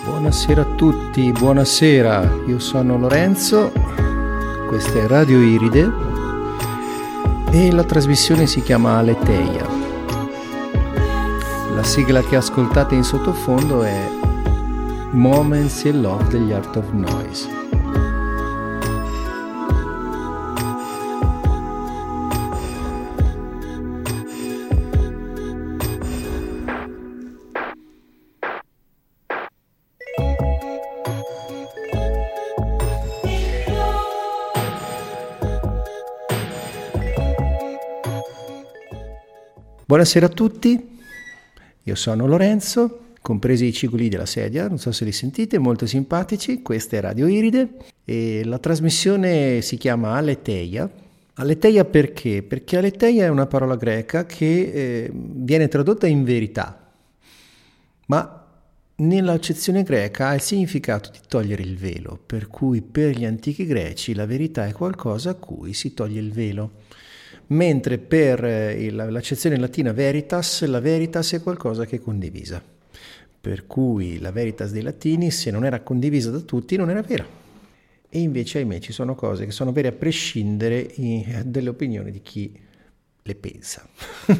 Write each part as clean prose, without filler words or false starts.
Buonasera a tutti, buonasera, io sono Lorenzo, questa è Radio Iride e la trasmissione si chiama Aletheia. La sigla che ascoltate in sottofondo è Moments in Love degli Art of Noise. Buonasera a tutti, io sono Lorenzo, compresi i cigoli della sedia, non so se li sentite, molto simpatici, questa è Radio Iride e la trasmissione si chiama Aletheia. Aletheia perché? Perché Aletheia è una parola greca che viene tradotta in verità, ma nell'accezione greca ha il significato di togliere il velo, per cui per gli antichi greci la verità è qualcosa a cui si toglie il velo. Mentre per l'accezione latina veritas, la veritas è qualcosa che è condivisa. Per cui la veritas dei latini, se non era condivisa da tutti, non era vera. E invece, ahimè, ci sono cose che sono vere a prescindere dalle opinioni di chi le pensa.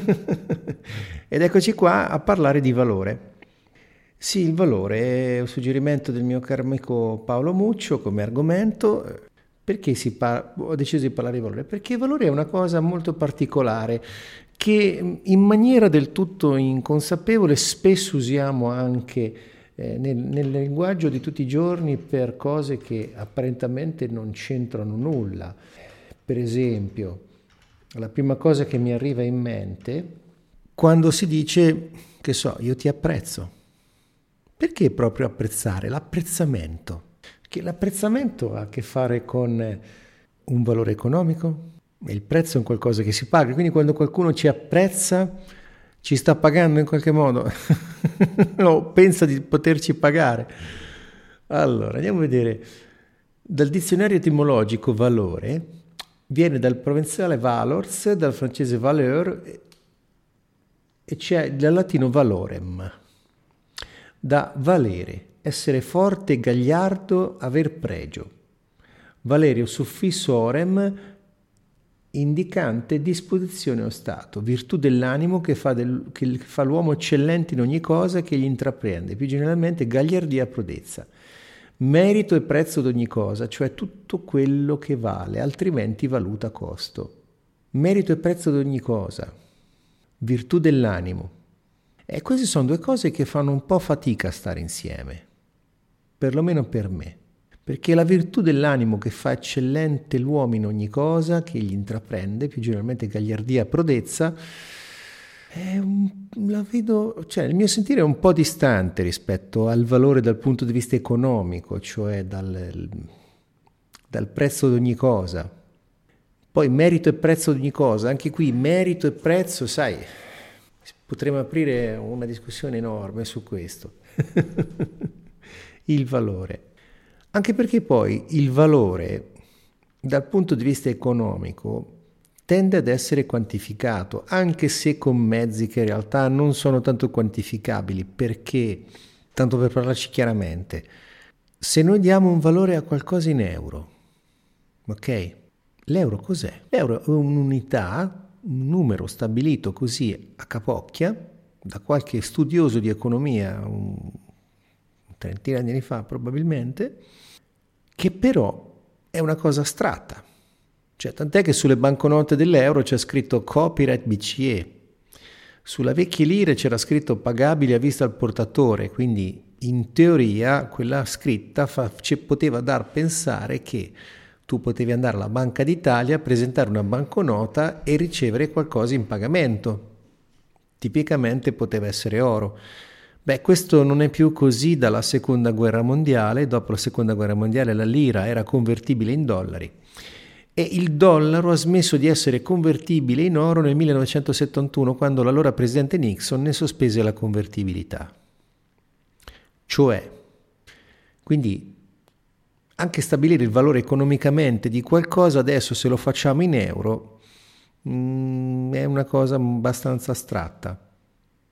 Ed eccoci qua a parlare di valore. Sì, il valore è un suggerimento del mio caro amico Paolo Muccio come argomento. Perché ho deciso di parlare di valore? Perché il valore è una cosa molto particolare che in maniera del tutto inconsapevole spesso usiamo anche nel linguaggio di tutti i giorni per cose che apparentemente non c'entrano nulla. Per esempio, la prima cosa che mi arriva in mente quando si dice, che so, io ti apprezzo. Perché proprio apprezzare? L'apprezzamento. Che l'apprezzamento ha a che fare con un valore economico e il prezzo è un qualcosa che si paga, quindi quando qualcuno ci apprezza ci sta pagando in qualche modo o pensa di poterci pagare. Allora andiamo a vedere, dal dizionario etimologico valore viene dal provenzale valors, dal francese valeur e c'è dal latino valorem, da valere, essere forte, gagliardo, aver pregio. Valerio suffisso orem, indicante disposizione o stato, virtù dell'animo che fa l'uomo eccellente in ogni cosa che gli intraprende, più generalmente gagliardia e prodezza. Merito e prezzo di ogni cosa, cioè tutto quello che vale, altrimenti valuta costo. Merito e prezzo di ogni cosa, virtù dell'animo. E queste sono due cose che fanno un po' fatica a stare insieme. Perlomeno per me, perché la virtù dell'animo che fa eccellente l'uomo in ogni cosa che egli intraprende, più generalmente gagliardia e prodezza, la vedo, cioè il mio sentire è un po' distante rispetto al valore dal punto di vista economico, cioè dal prezzo di ogni cosa. Poi merito e prezzo di ogni cosa, anche qui merito e prezzo, sai, potremmo aprire una discussione enorme su questo. Il valore, anche perché poi il valore dal punto di vista economico tende ad essere quantificato, anche se con mezzi che in realtà non sono tanto quantificabili, perché, tanto per parlarci chiaramente, se noi diamo un valore a qualcosa in euro, ok? L'euro cos'è? L'euro è un'unità, un numero stabilito così a capocchia da qualche studioso di economia, trentina di anni fa probabilmente, che però è una cosa astratta. Cioè, tant'è che sulle banconote dell'euro c'è scritto copyright BCE, sulla vecchie lire c'era scritto pagabile a vista al portatore, quindi in teoria quella scritta poteva dar pensare che tu potevi andare alla Banca d'Italia, presentare una banconota e ricevere qualcosa in pagamento. Tipicamente poteva essere oro. Beh, questo non è più così dalla Seconda Guerra Mondiale. Dopo la Seconda Guerra Mondiale la lira era convertibile in dollari e il dollaro ha smesso di essere convertibile in oro nel 1971 quando l'allora presidente Nixon ne sospese la convertibilità. Cioè, quindi anche stabilire il valore economicamente di qualcosa adesso se lo facciamo in euro è una cosa abbastanza astratta.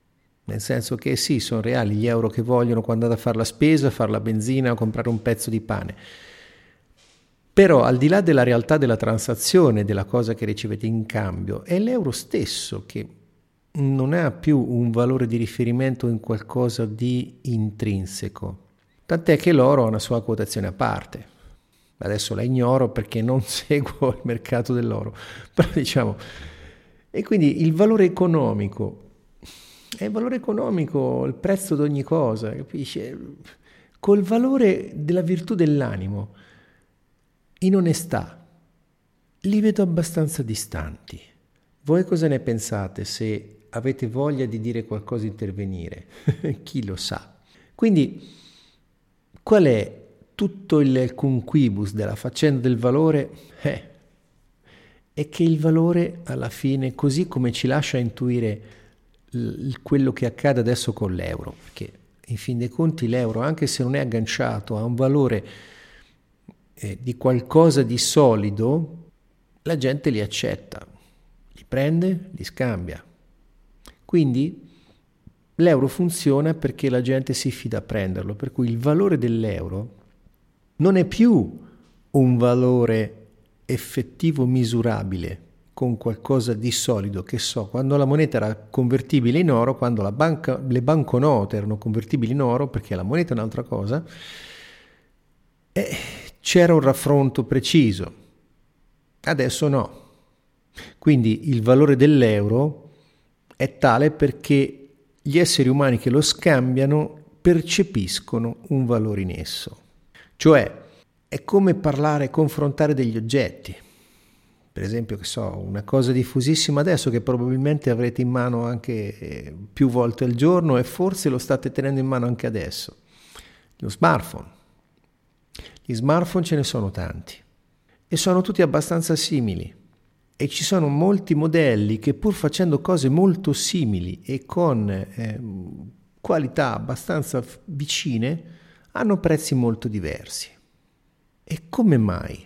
nel senso che sì, sono reali gli euro che vogliono quando andate a fare la spesa, fare la benzina o comprare un pezzo di pane. Però al di là della realtà della transazione, della cosa che ricevete in cambio, è l'euro stesso che non ha più un valore di riferimento in qualcosa di intrinseco. Tant'è che l'oro ha una sua quotazione a parte. Adesso la ignoro perché non seguo il mercato dell'oro, però diciamo... E quindi il valore economico è il valore economico, il prezzo di ogni cosa, capisci? Col valore della virtù dell'animo, in onestà, li vedo abbastanza distanti. Voi cosa ne pensate se avete voglia di dire qualcosa, intervenire? Chi lo sa? Quindi, qual è tutto il conquibus della faccenda del valore? È che il valore alla fine, così come ci lascia intuire quello che accade adesso con l'euro, perché in fin dei conti l'euro, anche se non è agganciato a un valore di qualcosa di solido, la gente li accetta, li prende, li scambia. Quindi l'euro funziona perché la gente si fida a prenderlo, per cui il valore dell'euro non è più un valore effettivo misurabile con qualcosa di solido, che so, quando la moneta era convertibile in oro, quando le banconote erano convertibili in oro, perché la moneta è un'altra cosa, c'era un raffronto preciso. Adesso no. Quindi il valore dell'euro è tale perché gli esseri umani che lo scambiano percepiscono un valore in esso. Cioè, è come parlare, confrontare degli oggetti. Per esempio, che so, una cosa diffusissima adesso che probabilmente avrete in mano anche più volte al giorno e forse lo state tenendo in mano anche adesso. Lo smartphone. Gli smartphone ce ne sono tanti e sono tutti abbastanza simili. E ci sono molti modelli che pur facendo cose molto simili e con qualità abbastanza vicine hanno prezzi molto diversi. E come mai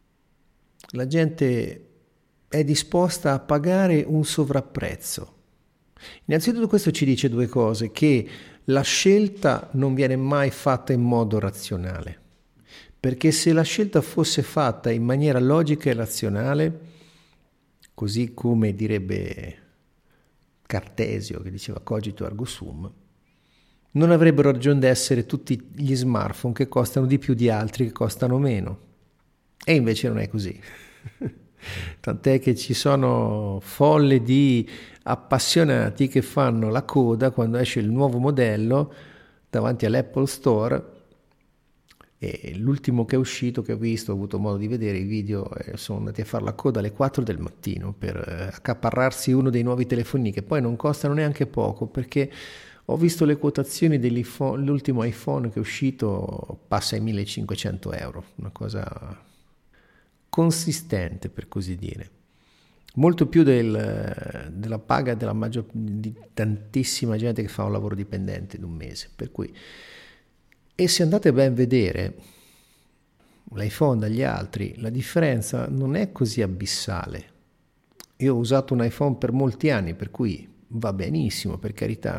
la gente è disposta a pagare un sovrapprezzo? Innanzitutto questo ci dice due cose: che la scelta non viene mai fatta in modo razionale, perché se la scelta fosse fatta in maniera logica e razionale, così come direbbe Cartesio, che diceva cogito ergo sum, non avrebbero ragione d'essere tutti gli smartphone che costano di più di altri che costano meno. E invece non è così. Tant'è che ci sono folle di appassionati che fanno la coda quando esce il nuovo modello davanti all'Apple Store. E l'ultimo che è uscito, che ho visto, ho avuto modo di vedere i video, sono andati a fare la coda alle 4 del mattino per accaparrarsi uno dei nuovi telefonini, che poi non costano neanche poco, perché ho visto le quotazioni dell'ultimo iPhone che è uscito, passa ai 1.500 euro, una cosa consistente, per così dire, molto più della paga di tantissima gente che fa un lavoro dipendente in un mese. Per cui, e se andate ben a vedere l'iPhone dagli altri, la differenza non è così abissale. Io ho usato un iPhone per molti anni, per cui va benissimo, per carità,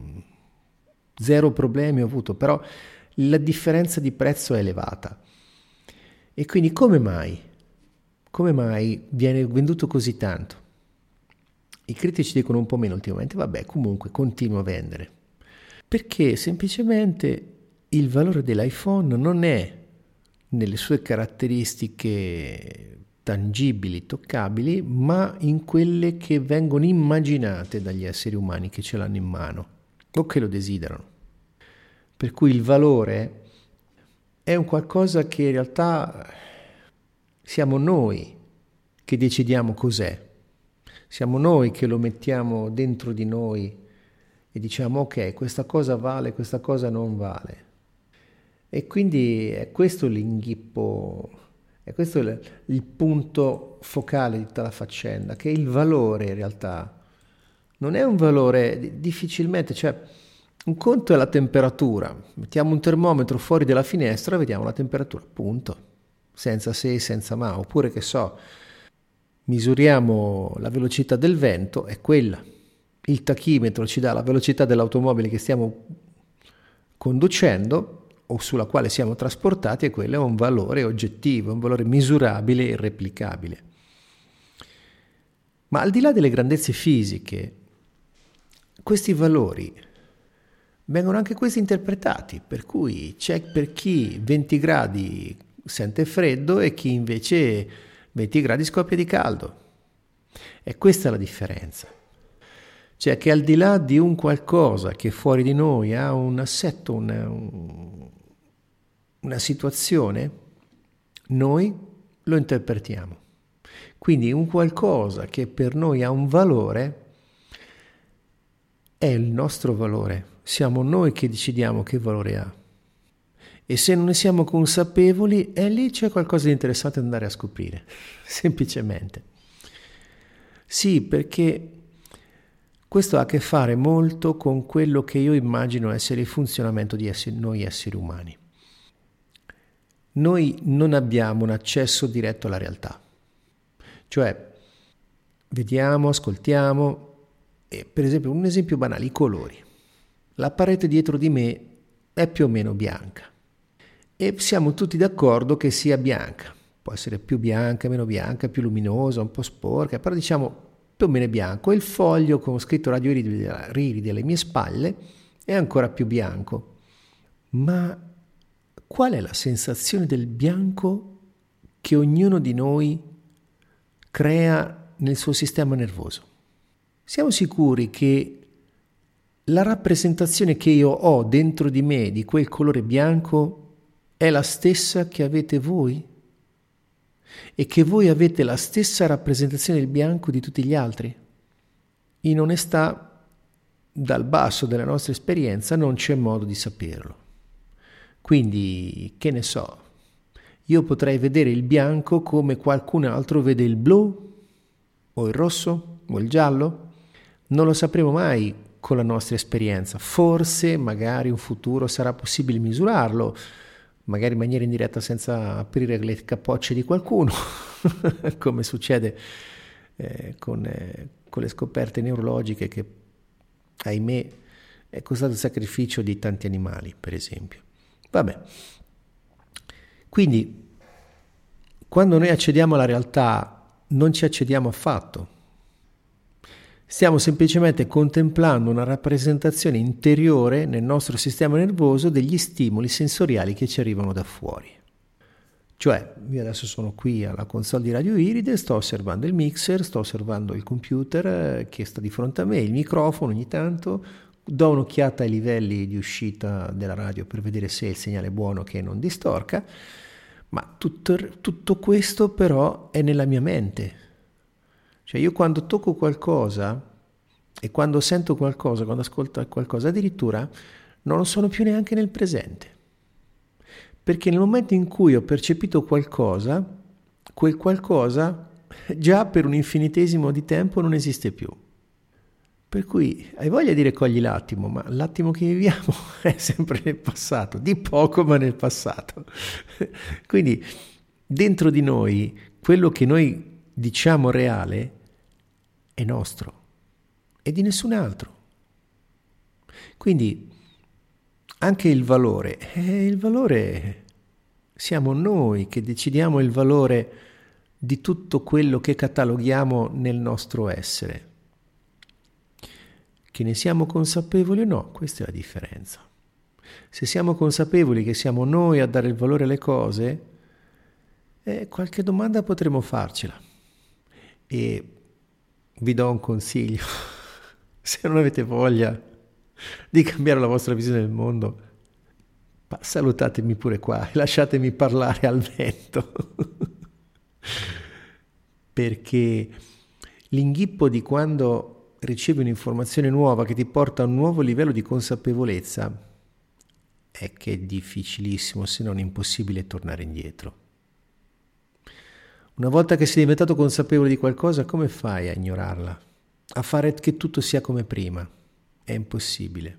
zero problemi ho avuto, però la differenza di prezzo è elevata. E quindi come mai viene venduto così tanto? I critici dicono un po' meno ultimamente, vabbè, comunque continua a vendere. Perché semplicemente il valore dell'iPhone non è nelle sue caratteristiche tangibili, toccabili, ma in quelle che vengono immaginate dagli esseri umani che ce l'hanno in mano o che lo desiderano. Per cui il valore è un qualcosa che in realtà siamo noi che decidiamo cos'è. Siamo noi che lo mettiamo dentro di noi e diciamo ok, questa cosa vale, questa cosa non vale. E quindi è questo l'inghippo, è questo il punto focale di tutta la faccenda, che il valore in realtà non è un valore difficilmente, cioè un conto è la temperatura, mettiamo un termometro fuori dalla finestra, vediamo la temperatura, punto, senza se e senza ma, oppure che so, misuriamo la velocità del vento, è quella. il tachimetro ci dà la velocità dell'automobile che stiamo conducendo o sulla quale siamo trasportati, e quello è un valore oggettivo, un valore misurabile e replicabile. Ma al di là delle grandezze fisiche, questi valori vengono anche questi interpretati, per cui c'è per chi 20 gradi sente freddo e chi invece 20 gradi scoppia di caldo. E questa è la differenza. Cioè che al di là di un qualcosa che fuori di noi ha un assetto, una situazione, noi lo interpretiamo. Quindi un qualcosa che per noi ha un valore è il nostro valore. Siamo noi che decidiamo che valore ha. E se non ne siamo consapevoli, è lì c'è qualcosa di interessante da andare a scoprire. Semplicemente. Sì, perché questo ha a che fare molto con quello che io immagino essere il funzionamento di noi esseri umani. Noi non abbiamo un accesso diretto alla realtà. Cioè, vediamo, ascoltiamo, e per esempio un esempio banale, i colori. La parete dietro di me è più o meno bianca e siamo tutti d'accordo che sia bianca. Può essere più bianca, meno bianca, più luminosa, un po' sporca, però diciamo più o meno bianco. E il foglio con scritto Radio Iride alle mie spalle è ancora più bianco. Ma qual è la sensazione del bianco che ognuno di noi crea nel suo sistema nervoso? Siamo sicuri che la rappresentazione che io ho dentro di me di quel colore bianco è la stessa che avete voi? E che voi avete la stessa rappresentazione del bianco di tutti gli altri? In onestà, dal basso della nostra esperienza non c'è modo di saperlo. Quindi, che ne so, io potrei vedere il bianco come qualcun altro vede il blu, o il rosso, o il giallo. Non lo sapremo mai con la nostra esperienza. Forse, magari in futuro sarà possibile misurarlo, magari in maniera indiretta senza aprire le capocce di qualcuno, come succede con le scoperte neurologiche che, ahimè, è costato il sacrificio di tanti animali, per esempio. Vabbè. Quindi, quando noi accediamo alla realtà, non ci accediamo affatto. Stiamo semplicemente contemplando una rappresentazione interiore nel nostro sistema nervoso degli stimoli sensoriali che ci arrivano da fuori. Cioè, io adesso sono qui alla console di Radio Iride, sto osservando il mixer, sto osservando il computer che sta di fronte a me, il microfono ogni tanto, do un'occhiata ai livelli di uscita della radio per vedere se il segnale è buono, che non distorca, ma tutto questo però è nella mia mente. Cioè io quando tocco qualcosa e quando sento qualcosa, quando ascolto qualcosa, addirittura non sono più neanche nel presente. Perché nel momento in cui ho percepito qualcosa, quel qualcosa già per un infinitesimo di tempo non esiste più. Per cui hai voglia di ricogli l'attimo, ma l'attimo che viviamo è sempre nel passato, di poco ma nel passato. Quindi dentro di noi quello che noi diciamo reale è nostro e di nessun altro. Quindi anche il valore siamo noi che decidiamo il valore di tutto quello che cataloghiamo nel nostro essere. Che ne siamo consapevoli o no, questa è la differenza. Se siamo consapevoli che siamo noi a dare il valore alle cose, qualche domanda potremo farcela. E vi do un consiglio: se non avete voglia di cambiare la vostra visione del mondo, salutatemi pure qua e lasciatemi parlare al vento. Perché l'inghippo di quando ricevi un'informazione nuova che ti porta a un nuovo livello di consapevolezza è che è difficilissimo, se non impossibile, tornare indietro. Una volta che sei diventato consapevole di qualcosa, come fai a ignorarla? A fare che tutto sia come prima? È impossibile.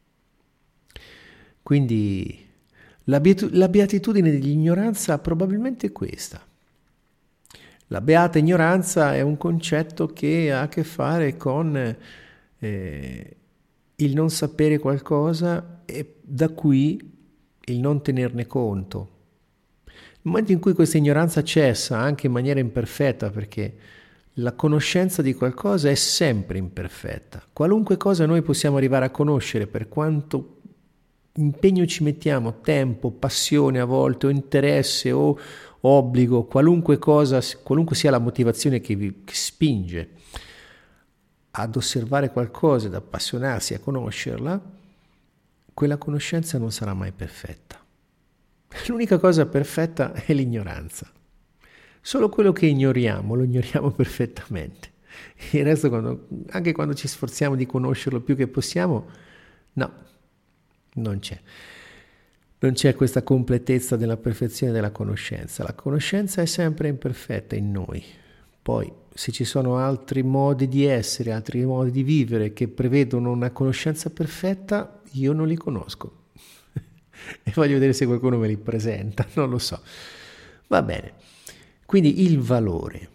Quindi la beatitudine dell'ignoranza probabilmente è questa. La beata ignoranza è un concetto che ha a che fare con il non sapere qualcosa e da qui il non tenerne conto. Nel momento in cui questa ignoranza cessa, anche in maniera imperfetta, perché la conoscenza di qualcosa è sempre imperfetta. Qualunque cosa noi possiamo arrivare a conoscere, per quanto impegno ci mettiamo, tempo, passione a volte, o interesse, o obbligo, qualunque cosa, qualunque sia la motivazione che spinge ad osservare qualcosa, ad appassionarsi a conoscerla, quella conoscenza non sarà mai perfetta. L'unica cosa perfetta è l'ignoranza. Solo quello che ignoriamo, lo ignoriamo perfettamente. Il resto, anche quando ci sforziamo di conoscerlo più che possiamo, no, non c'è. Non c'è questa completezza della perfezione della conoscenza. La conoscenza è sempre imperfetta in noi. Poi, se ci sono altri modi di essere, altri modi di vivere che prevedono una conoscenza perfetta, io non li conosco. E voglio vedere se qualcuno me li presenta, non lo so. Va bene. Quindi il valore.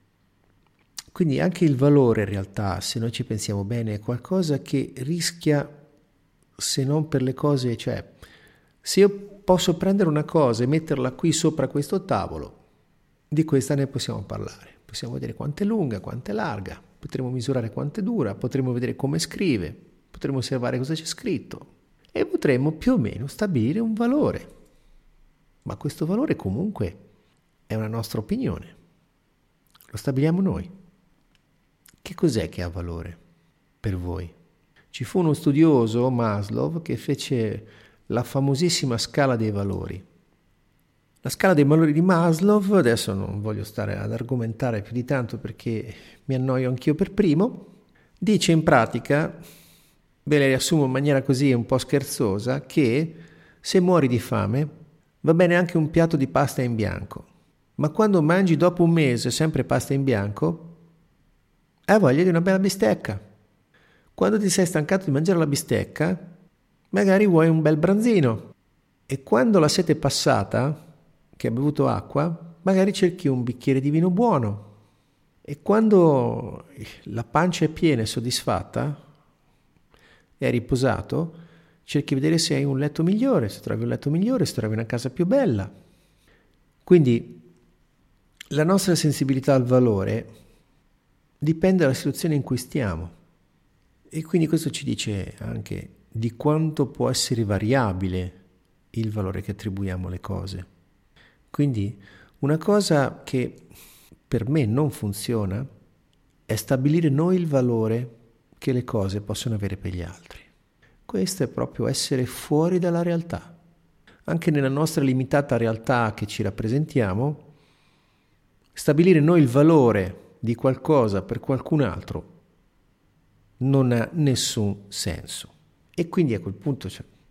Quindi anche il valore in realtà, se noi ci pensiamo bene, è qualcosa che rischia, se non per le cose, cioè se io posso prendere una cosa e metterla qui sopra questo tavolo, di questa ne possiamo parlare. Possiamo vedere quanto è lunga, quanto è larga, potremo misurare quanto è dura, potremo vedere come scrive, potremo osservare cosa c'è scritto e potremo più o meno stabilire un valore. Ma questo valore comunque è una nostra opinione. Lo stabiliamo noi. Che cos'è che ha valore per voi? Ci fu uno studioso, Maslow, che fece la famosissima scala dei valori. La scala dei valori di Maslow, adesso non voglio stare ad argomentare più di tanto perché mi annoio anch'io per primo, dice in pratica, ve le riassumo in maniera così un po' scherzosa, che se muori di fame va bene anche un piatto di pasta in bianco, ma quando mangi dopo un mese sempre pasta in bianco, hai voglia di una bella bistecca. Quando ti sei stancato di mangiare la bistecca, magari vuoi un bel branzino. E quando la sete è passata, che hai bevuto acqua, magari cerchi un bicchiere di vino buono. E quando la pancia è piena e soddisfatta e hai riposato, cerchi di vedere se hai un letto migliore, se trovi un letto migliore, se trovi una casa più bella. Quindi la nostra sensibilità al valore dipende dalla situazione in cui stiamo. E quindi questo ci dice anche di quanto può essere variabile il valore che attribuiamo alle cose. Quindi una cosa che per me non funziona è stabilire noi il valore che le cose possono avere per gli altri. Questo è proprio essere fuori dalla realtà. Anche nella nostra limitata realtà che ci rappresentiamo, stabilire noi il valore di qualcosa per qualcun altro non ha nessun senso. E quindi a quel punto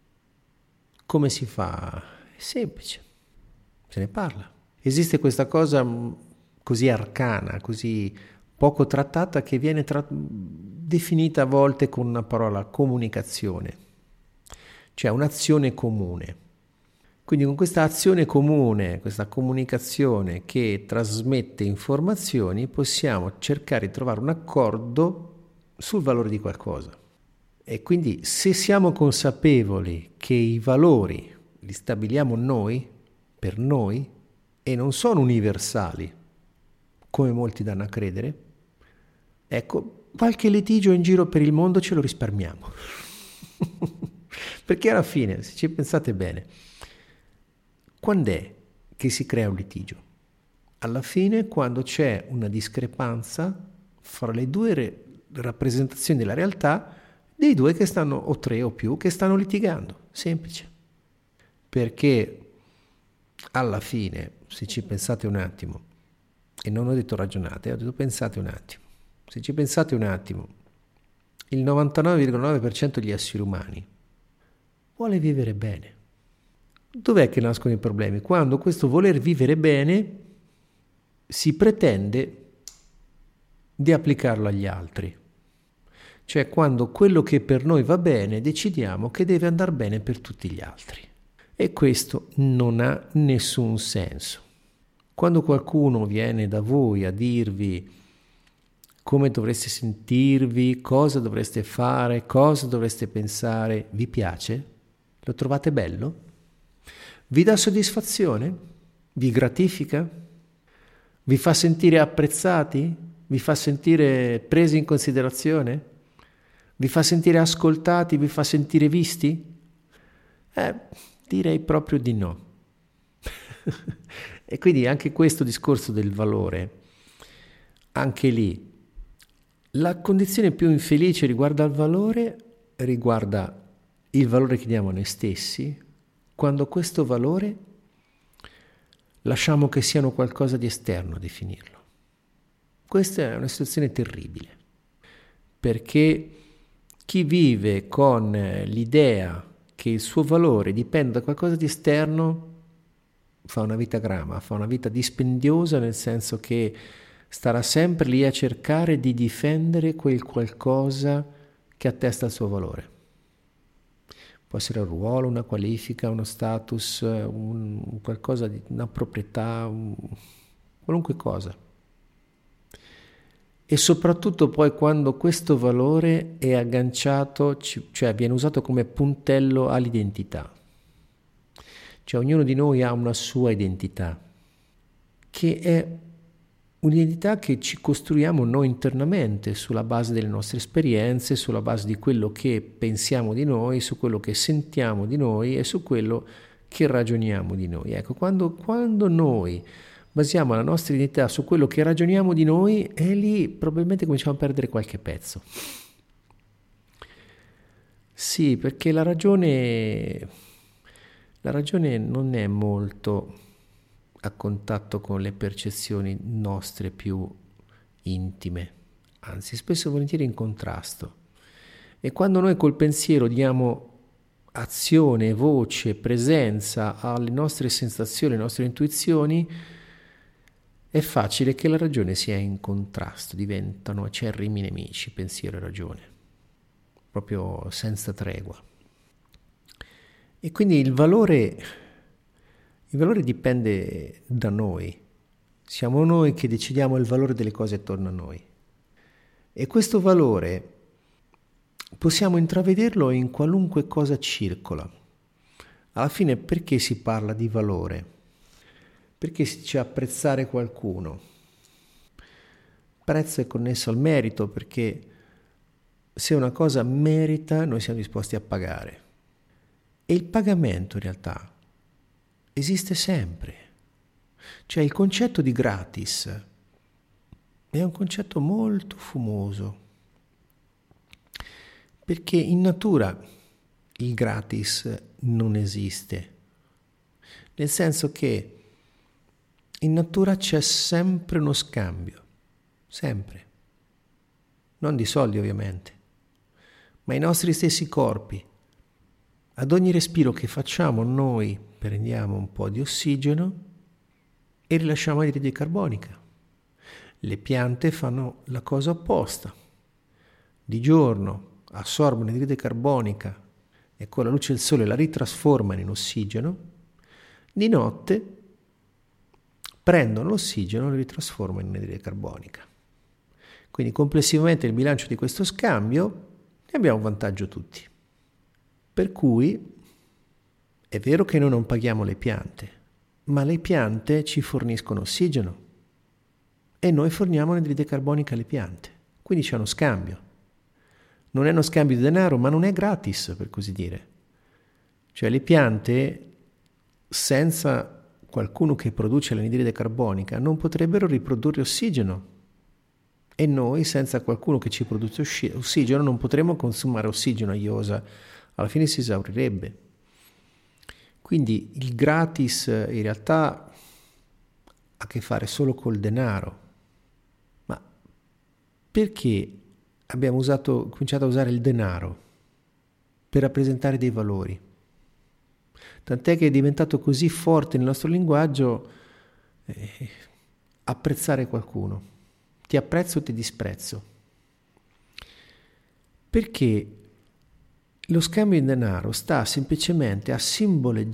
come si fa? È semplice, se ne parla. Esiste questa cosa così arcana, così poco trattata, che viene definita a volte con una parola: comunicazione, cioè un'azione comune. Quindi con questa azione comune, questa comunicazione che trasmette informazioni, possiamo cercare di trovare un accordo sul valore di qualcosa. E quindi se siamo consapevoli che i valori li stabiliamo noi, per noi, e non sono universali, come molti danno a credere, ecco, qualche litigio in giro per il mondo ce lo risparmiamo. Perché alla fine, se ci pensate bene, quando è che si crea un litigio? Alla fine, quando c'è una discrepanza fra le due rappresentazioni della realtà dei due che stanno, o tre o più, che stanno litigando. Semplice. Perché alla fine, se ci pensate un attimo, e non ho detto ragionate, ho detto pensate un attimo, se ci pensate un attimo, il 99,9% degli esseri umani vuole vivere bene. Dov'è che nascono i problemi? Quando questo voler vivere bene si pretende di applicarlo agli altri. Cioè quando quello che per noi va bene decidiamo che deve andare bene per tutti gli altri. E questo non ha nessun senso. Quando qualcuno viene da voi a dirvi come dovreste sentirvi, cosa dovreste fare, cosa dovreste pensare, vi piace? Lo trovate bello? Vi dà soddisfazione? Vi gratifica? Vi fa sentire apprezzati? Vi fa sentire presi in considerazione? Vi fa sentire ascoltati? Vi fa sentire visti? Direi proprio di no. E quindi anche questo discorso del valore, anche lì, la condizione più infelice riguarda il valore che diamo a noi stessi, quando questo valore lasciamo che siano qualcosa di esterno a definirlo. Questa è una situazione terribile, perché chi vive con l'idea che il suo valore dipende da qualcosa di esterno fa una vita grama, fa una vita dispendiosa, nel senso che starà sempre lì a cercare di difendere quel qualcosa che attesta il suo valore. Può essere un ruolo, una qualifica, uno status, qualcosa di una proprietà, qualunque cosa. E soprattutto poi quando questo valore è agganciato, cioè viene usato come puntello all'identità. Cioè ognuno di noi ha una sua identità, che è un'identità che ci costruiamo noi internamente sulla base delle nostre esperienze, sulla base di quello che pensiamo di noi, su quello che sentiamo di noi e su quello che ragioniamo di noi. Ecco, quando noi basiamo la nostra identità su quello che ragioniamo di noi, e lì probabilmente cominciamo a perdere qualche pezzo. Sì, perché la ragione non è molto a contatto con le percezioni nostre più intime, anzi spesso e volentieri in contrasto. E quando noi col pensiero diamo azione, voce, presenza alle nostre sensazioni, alle nostre intuizioni, è facile che la ragione sia in contrasto, diventano acerrimi nemici, pensiero e ragione, proprio senza tregua. E quindi il valore dipende da noi, siamo noi che decidiamo il valore delle cose attorno a noi. E questo valore possiamo intravederlo in qualunque cosa circola. Alla fine perché si parla di valore? Perché si dice apprezzare qualcuno? Prezzo è connesso al merito, perché se una cosa merita noi siamo disposti a pagare. E il pagamento in realtà esiste sempre. Cioè il concetto di gratis è un concetto molto fumoso, perché in natura il gratis non esiste, nel senso che in natura c'è sempre uno scambio, sempre, non di soldi ovviamente, ma i nostri stessi corpi. Ad ogni respiro che facciamo noi prendiamo un po' di ossigeno e rilasciamo anidride carbonica. Le piante fanno la cosa opposta. Di giorno assorbono anidride carbonica e con la luce del sole la ritrasformano in ossigeno. Di notte prendono l'ossigeno e lo ritrasformano in anidride carbonica. Quindi complessivamente nel bilancio di questo scambio ne abbiamo un vantaggio tutti. Per cui è vero che noi non paghiamo le piante, ma le piante ci forniscono ossigeno e noi forniamo anidride carbonica alle piante. Quindi c'è uno scambio. Non è uno scambio di denaro, ma non è gratis, per così dire. Cioè le piante, senza qualcuno che produce l'anidride carbonica, non potrebbero riprodurre ossigeno. E noi, senza qualcuno che ci produce ossigeno, non potremmo consumare ossigeno a iosa. Alla fine si esaurirebbe. Quindi il gratis in realtà ha a che fare solo col denaro. Ma perché abbiamo cominciato a usare il denaro per rappresentare dei valori? Tant'è che è diventato così forte nel nostro linguaggio apprezzare qualcuno. Ti apprezzo o ti disprezzo. Perché lo scambio in denaro sta semplicemente a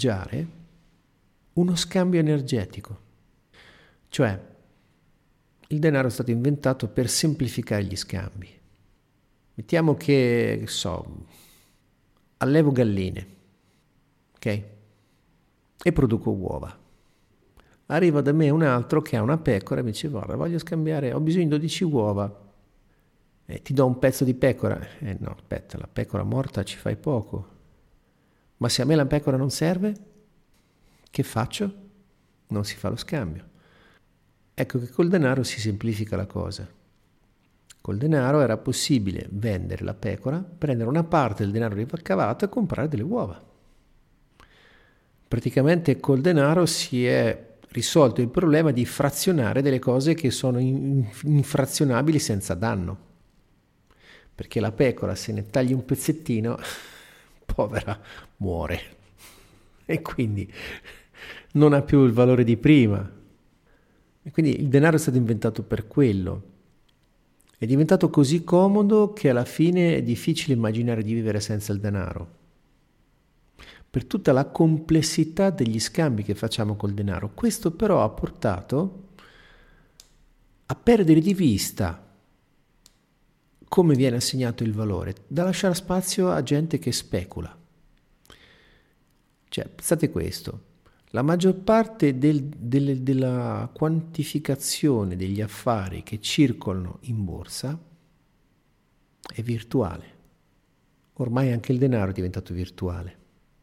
simboleggiare uno scambio energetico. Cioè, il denaro è stato inventato per semplificare gli scambi. Mettiamo che allevo galline, ok? E produco uova. Arriva da me un altro che ha una pecora e mi dice: guarda, voglio scambiare, ho bisogno di 12 uova. Ti do un pezzo di pecora. No, aspetta, la pecora morta ci fai poco. Ma se a me la pecora non serve, che faccio? Non si fa lo scambio. Ecco che col denaro si semplifica la cosa. Col denaro era possibile vendere la pecora, prendere una parte del denaro ricavato e comprare delle uova. Praticamente col denaro si è risolto il problema di frazionare delle cose che sono infrazionabili senza danno. Perché la pecora, se ne tagli un pezzettino, povera, muore. E quindi non ha più il valore di prima. E quindi il denaro è stato inventato per quello. È diventato così comodo che alla fine è difficile immaginare di vivere senza il denaro. Per tutta la complessità degli scambi che facciamo col denaro. Questo però ha portato a perdere di vista come viene assegnato il valore, da lasciare spazio a gente che specula. Cioè, pensate questo, la maggior parte della quantificazione degli affari che circolano in borsa è virtuale. Ormai anche il denaro è diventato virtuale.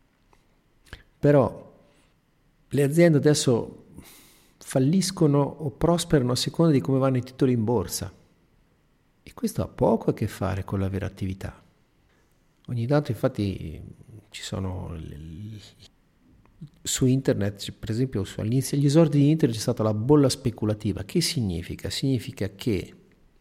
Però le aziende adesso falliscono o prosperano a seconda di come vanno i titoli in borsa. E questo ha poco a che fare con la vera attività. Ogni tanto infatti ci sono su internet, per esempio all'inizio, agli esordi di internet c'è stata la bolla speculativa. Che significa? Significa che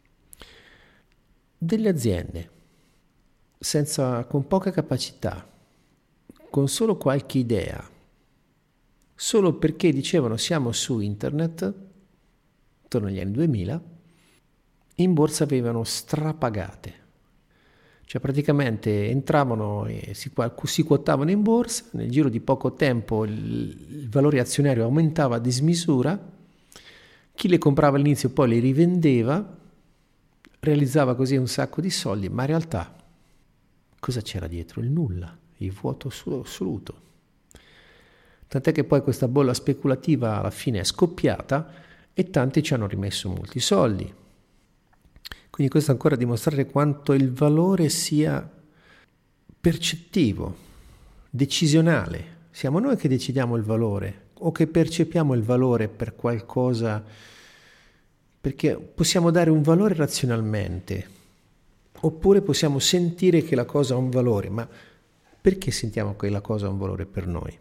delle aziende con poca capacità, con solo qualche idea, solo perché dicevano siamo su internet, intorno agli anni 2000, in borsa avevano strapagate. Cioè praticamente entravano e si quotavano in borsa, nel giro di poco tempo il valore azionario aumentava a dismisura, chi le comprava all'inizio poi le rivendeva, realizzava così un sacco di soldi, ma in realtà cosa c'era dietro? Il nulla, il vuoto assoluto. Tant'è che poi questa bolla speculativa alla fine è scoppiata e tanti ci hanno rimesso molti soldi. Quindi questo ancora a dimostrare quanto il valore sia percettivo, decisionale. Siamo noi che decidiamo il valore o che percepiamo il valore per qualcosa, perché possiamo dare un valore razionalmente, oppure possiamo sentire che la cosa ha un valore, ma perché sentiamo che la cosa ha un valore per noi?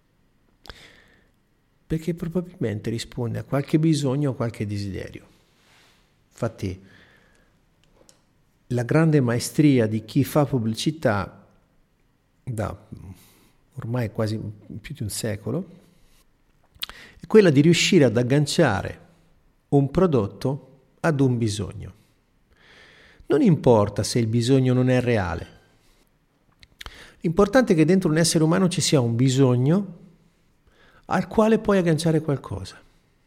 Perché probabilmente risponde a qualche bisogno o qualche desiderio. Infatti, la grande maestria di chi fa pubblicità da ormai quasi più di un secolo è quella di riuscire ad agganciare un prodotto ad un bisogno. Non importa se il bisogno non è reale. L'importante è che dentro un essere umano ci sia un bisogno al quale puoi agganciare qualcosa.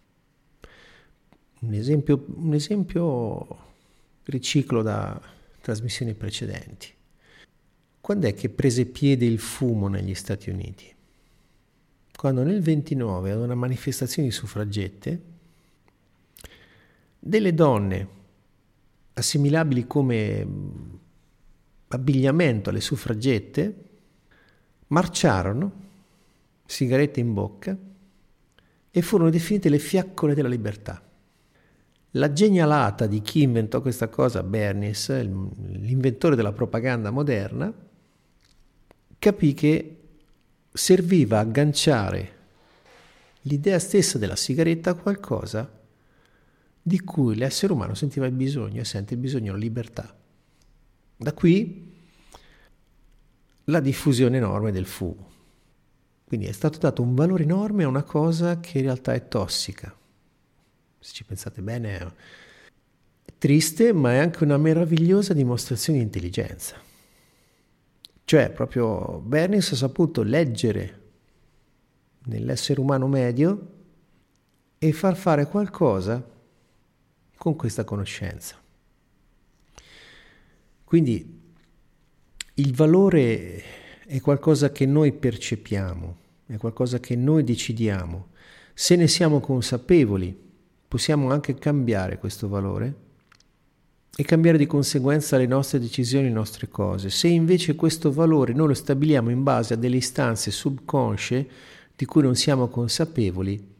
Un esempio riciclo da trasmissioni precedenti. Quando è che prese piede il fumo negli Stati Uniti? Quando nel 29 ad una manifestazione di suffragette delle donne assimilabili come abbigliamento alle suffragette marciarono, sigarette in bocca, e furono definite le fiaccole della libertà. La genialata di chi inventò questa cosa, Bernays, l'inventore della propaganda moderna, capì che serviva a agganciare l'idea stessa della sigaretta a qualcosa di cui l'essere umano sentiva il bisogno e sente il bisogno della libertà. Da qui la diffusione enorme del fumo. Quindi è stato dato un valore enorme a una cosa che in realtà è tossica. Se ci pensate bene è triste, ma è anche una meravigliosa dimostrazione di intelligenza. Cioè proprio Bernays ha saputo leggere nell'essere umano medio e far fare qualcosa con questa conoscenza. Quindi il valore è qualcosa che noi percepiamo, è qualcosa che noi decidiamo. Se ne siamo consapevoli, possiamo anche cambiare questo valore e cambiare di conseguenza le nostre decisioni, le nostre cose. Se invece questo valore noi lo stabiliamo in base a delle istanze subconsce di cui non siamo consapevoli,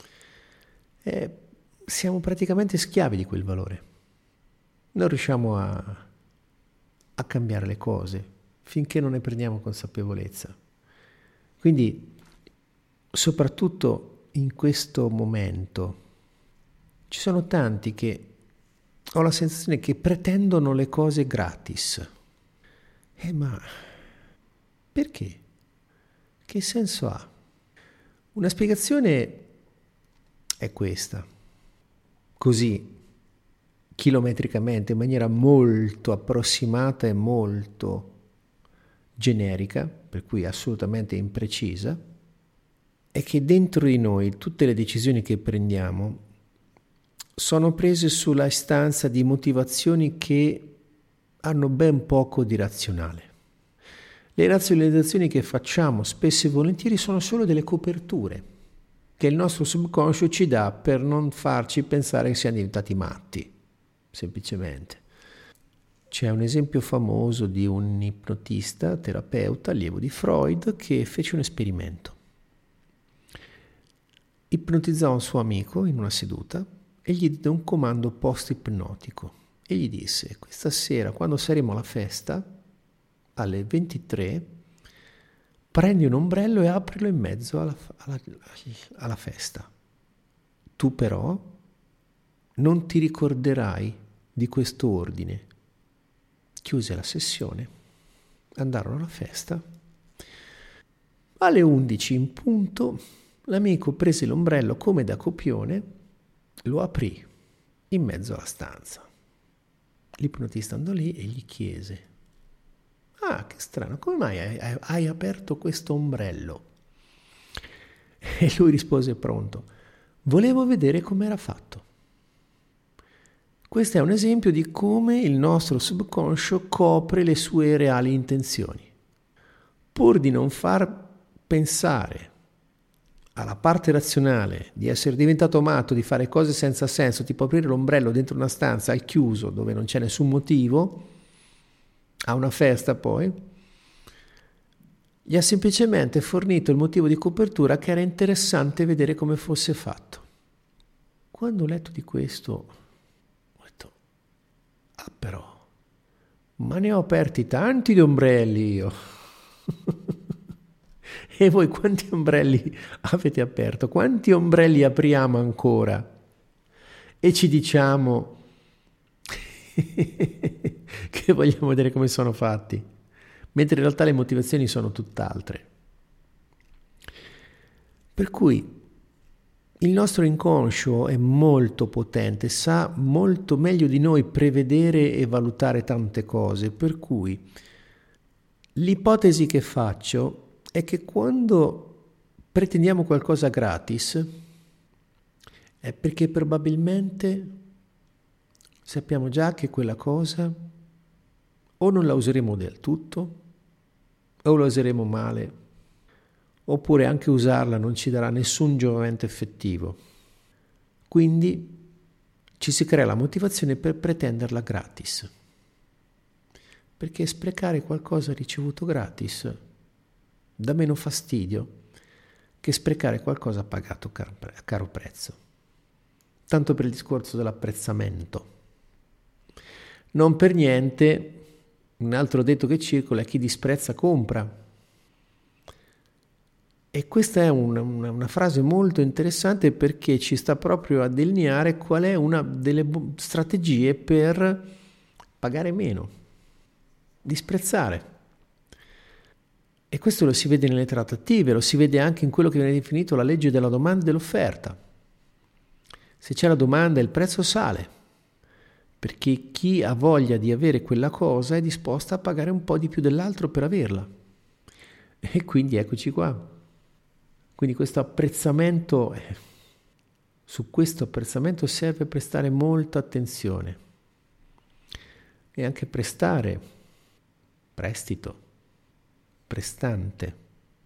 siamo praticamente schiavi di quel valore. Non riusciamo a cambiare le cose finché non ne prendiamo consapevolezza. Quindi, soprattutto in questo momento, ci sono tanti che ho la sensazione che pretendono le cose gratis. Ma perché? Che senso ha? Una spiegazione è questa. Così, chilometricamente, in maniera molto approssimata e molto generica, per cui assolutamente imprecisa, è che dentro di noi tutte le decisioni che prendiamo sono prese sulla istanza di motivazioni che hanno ben poco di razionale. Le razionalizzazioni che facciamo spesso e volentieri sono solo delle coperture che il nostro subconscio ci dà per non farci pensare che siamo diventati matti, semplicemente. C'è un esempio famoso di un ipnotista, terapeuta, allievo di Freud, che fece un esperimento. Ipnotizzò un suo amico in una seduta e gli diede un comando post-ipnotico e gli disse: questa sera, quando saremo alla festa, alle 23, prendi un ombrello e aprilo in mezzo alla festa. Tu però non ti ricorderai di questo ordine. Chiuse la sessione, andarono alla festa. Alle 11 in punto, l'amico prese l'ombrello come da copione, lo aprì in mezzo alla stanza. L'ipnotista andò lì e gli chiese: ah, che strano, come mai hai aperto questo ombrello? E lui rispose pronto: volevo vedere com'era fatto. Questo è un esempio di come il nostro subconscio copre le sue reali intenzioni. Pur di non far pensare alla parte razionale di essere diventato matto, di fare cose senza senso, tipo aprire l'ombrello dentro una stanza al chiuso dove non c'è nessun motivo, a una festa poi, gli ha semplicemente fornito il motivo di copertura che era interessante vedere come fosse fatto. Quando ho letto di questo, ho detto: ah però, ma ne ho aperti tanti di ombrelli io. E voi quanti ombrelli avete aperto? Quanti ombrelli apriamo ancora? E ci diciamo che vogliamo vedere come sono fatti, mentre in realtà le motivazioni sono tutt'altre. Per cui il nostro inconscio è molto potente, sa molto meglio di noi prevedere e valutare tante cose, per cui l'ipotesi che faccio è che quando pretendiamo qualcosa gratis è perché probabilmente sappiamo già che quella cosa o non la useremo del tutto, o la useremo male, oppure anche usarla non ci darà nessun giovamento effettivo. Quindi ci si crea la motivazione per pretenderla gratis. Perché sprecare qualcosa ricevuto gratis dà meno fastidio che sprecare qualcosa pagato a caro prezzo. Tanto per il discorso dell'apprezzamento. Non per niente, un altro detto che circola è: chi disprezza compra. E questa è una frase molto interessante, perché ci sta proprio a delineare qual è una delle strategie per pagare meno, disprezzare. E questo lo si vede nelle trattative, lo si vede anche in quello che viene definito la legge della domanda e dell'offerta. Se c'è la domanda, il prezzo sale, perché chi ha voglia di avere quella cosa è disposta a pagare un po' di più dell'altro per averla. E quindi eccoci qua. Quindi questo apprezzamento Su questo apprezzamento serve prestare molta attenzione e anche prestare, prestito, prestante.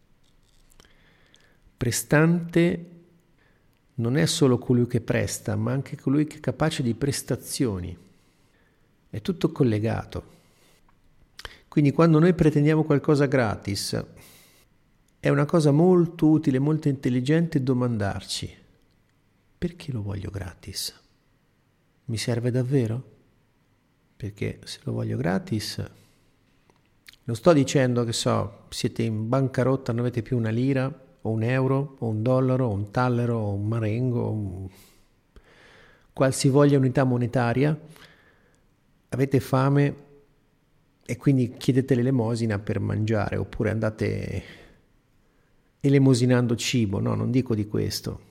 Prestante non è solo colui che presta, ma anche colui che è capace di prestazioni. È tutto collegato. Quindi quando noi pretendiamo qualcosa gratis, è una cosa molto utile, molto intelligente domandarci: perché lo voglio gratis? Mi serve davvero? Perché se lo voglio gratis, non sto dicendo che siete in bancarotta, non avete più una lira, o un euro, o un dollaro, o un tallero, o un marengo, qualsivoglia unità monetaria, avete fame e quindi chiedete l'elemosina per mangiare, oppure andate elemosinando cibo. No, non dico di questo.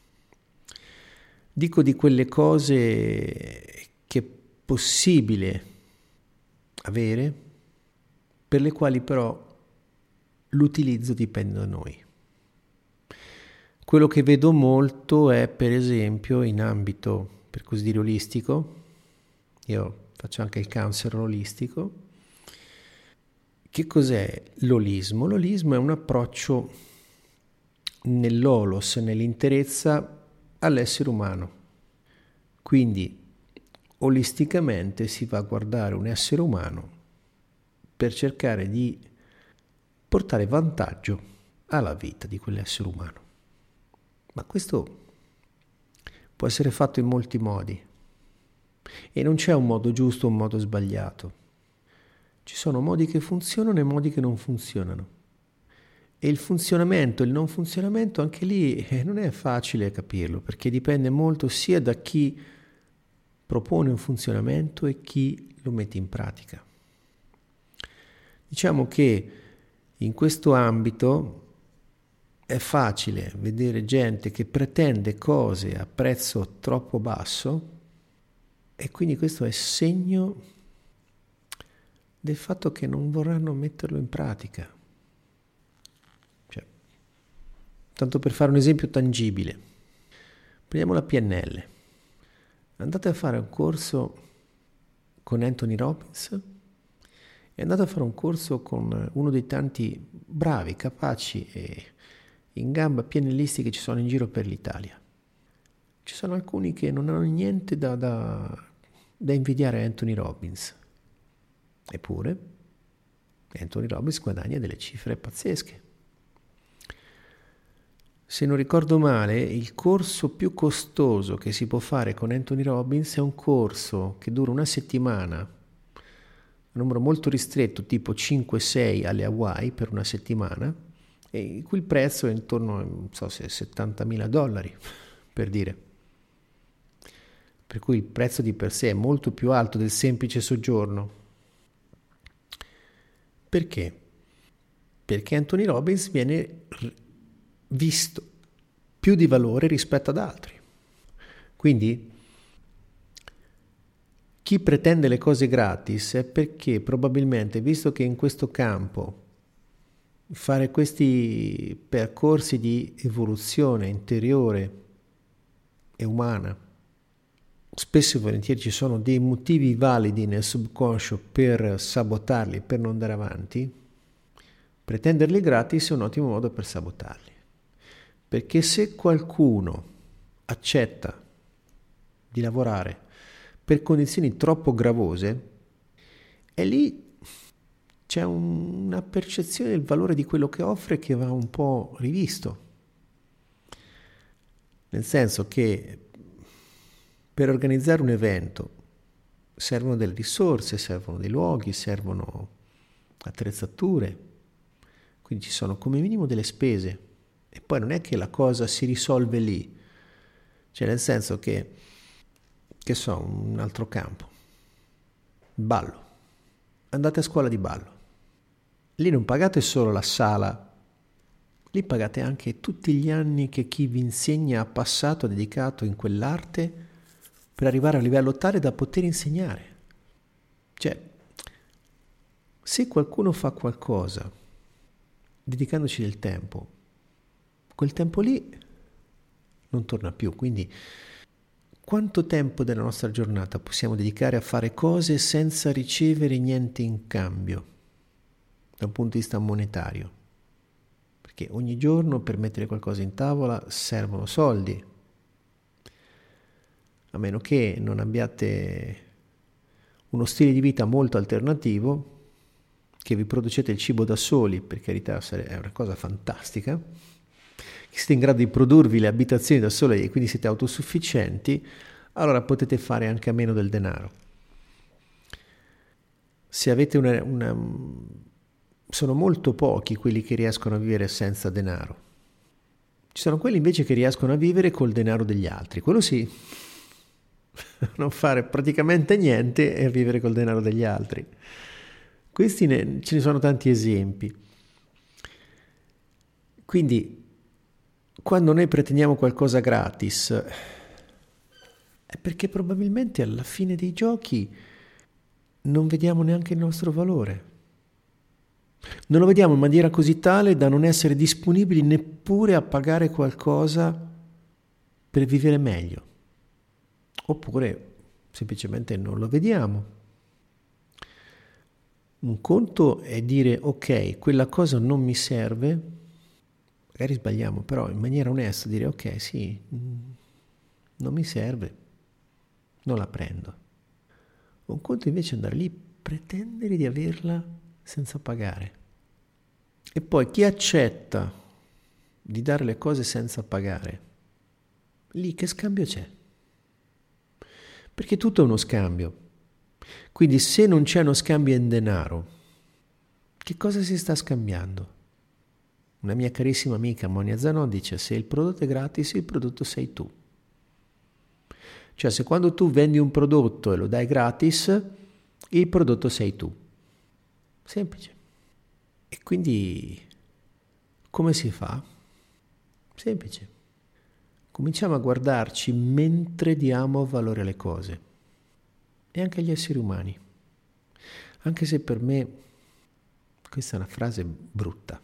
Dico di quelle cose che è possibile avere, per le quali però l'utilizzo dipende da noi. Quello che vedo molto è, per esempio, in ambito, per così dire, olistico. Io faccio anche il counselor olistico. Che cos'è l'olismo? L'olismo è un approccio nell'olos, nell'interezza all'essere umano. Quindi olisticamente si va a guardare un essere umano per cercare di portare vantaggio alla vita di quell'essere umano. Ma questo può essere fatto in molti modi e non c'è un modo giusto o un modo sbagliato. Ci sono modi che funzionano e modi che non funzionano. E il funzionamento e il non funzionamento anche lì non è facile capirlo, perché dipende molto sia da chi propone un funzionamento e chi lo mette in pratica. Diciamo che in questo ambito è facile vedere gente che pretende cose a prezzo troppo basso e quindi questo è segno del fatto che non vorranno metterlo in pratica. Tanto per fare un esempio tangibile, prendiamo la PNL. Andate a fare un corso con Anthony Robbins e andate a fare un corso con uno dei tanti bravi, capaci e in gamba PNListi che ci sono in giro per l'Italia. Ci sono alcuni che non hanno niente da invidiare a Anthony Robbins. Eppure Anthony Robbins guadagna delle cifre pazzesche. Se non ricordo male, il corso più costoso che si può fare con Anthony Robbins è un corso che dura una settimana, un numero molto ristretto, tipo 5-6 alle Hawaii per una settimana, e il cui prezzo è intorno a, non so se $70.000, per dire. Per cui il prezzo di per sé è molto più alto del semplice soggiorno. Perché? Perché Anthony Robbins viene visto più di valore rispetto ad altri. Quindi chi pretende le cose gratis è perché probabilmente, visto che in questo campo fare questi percorsi di evoluzione interiore e umana, spesso e volentieri ci sono dei motivi validi nel subconscio per sabotarli, per non andare avanti, pretenderli gratis è un ottimo modo per sabotarli. Perché se qualcuno accetta di lavorare per condizioni troppo gravose, e lì c'è una percezione del valore di quello che offre che va un po' rivisto. Nel senso che per organizzare un evento servono delle risorse, servono dei luoghi, servono attrezzature, quindi ci sono come minimo delle spese. E poi non è che la cosa si risolve lì, cioè nel senso che un altro campo, ballo, andate a scuola di ballo, lì non pagate solo la sala, lì pagate anche tutti gli anni che chi vi insegna ha passato, ha dedicato in quell'arte per arrivare a livello tale da poter insegnare. Cioè, se qualcuno fa qualcosa dedicandoci del tempo, quel tempo lì non torna più. Quindi quanto tempo della nostra giornata possiamo dedicare a fare cose senza ricevere niente in cambio, da un punto di vista monetario? Perché ogni giorno per mettere qualcosa in tavola servono soldi, a meno che non abbiate uno stile di vita molto alternativo, che vi producete il cibo da soli, per carità è una cosa fantastica, che siete in grado di produrvi le abitazioni da soli e quindi siete autosufficienti, allora potete fare anche a meno del denaro. Se avete sono molto pochi quelli che riescono a vivere senza denaro. Ci sono quelli invece che riescono a vivere col denaro degli altri, quello sì, non fare praticamente niente e vivere col denaro degli altri. Ce ne sono tanti esempi. Quindi, quando noi pretendiamo qualcosa gratis, è perché probabilmente alla fine dei giochi non vediamo neanche il nostro valore. Non lo vediamo in maniera così tale da non essere disponibili neppure a pagare qualcosa per vivere meglio. Oppure semplicemente non lo vediamo. Un conto è dire ok, quella cosa non mi serve, magari sbagliamo, però in maniera onesta dire ok, sì, non mi serve, non la prendo. Un conto invece è andare lì, pretendere di averla senza pagare. E poi chi accetta di dare le cose senza pagare, lì che scambio c'è? Perché tutto è uno scambio. Quindi se non c'è uno scambio in denaro, che cosa si sta scambiando? Una mia carissima amica Monia Zanon dice: se il prodotto è gratis, il prodotto sei tu. Cioè se quando tu vendi un prodotto e lo dai gratis, il prodotto sei tu. Semplice. E quindi come si fa? Semplice. Cominciamo a guardarci mentre diamo valore alle cose. E anche agli esseri umani. Anche se per me questa è una frase brutta.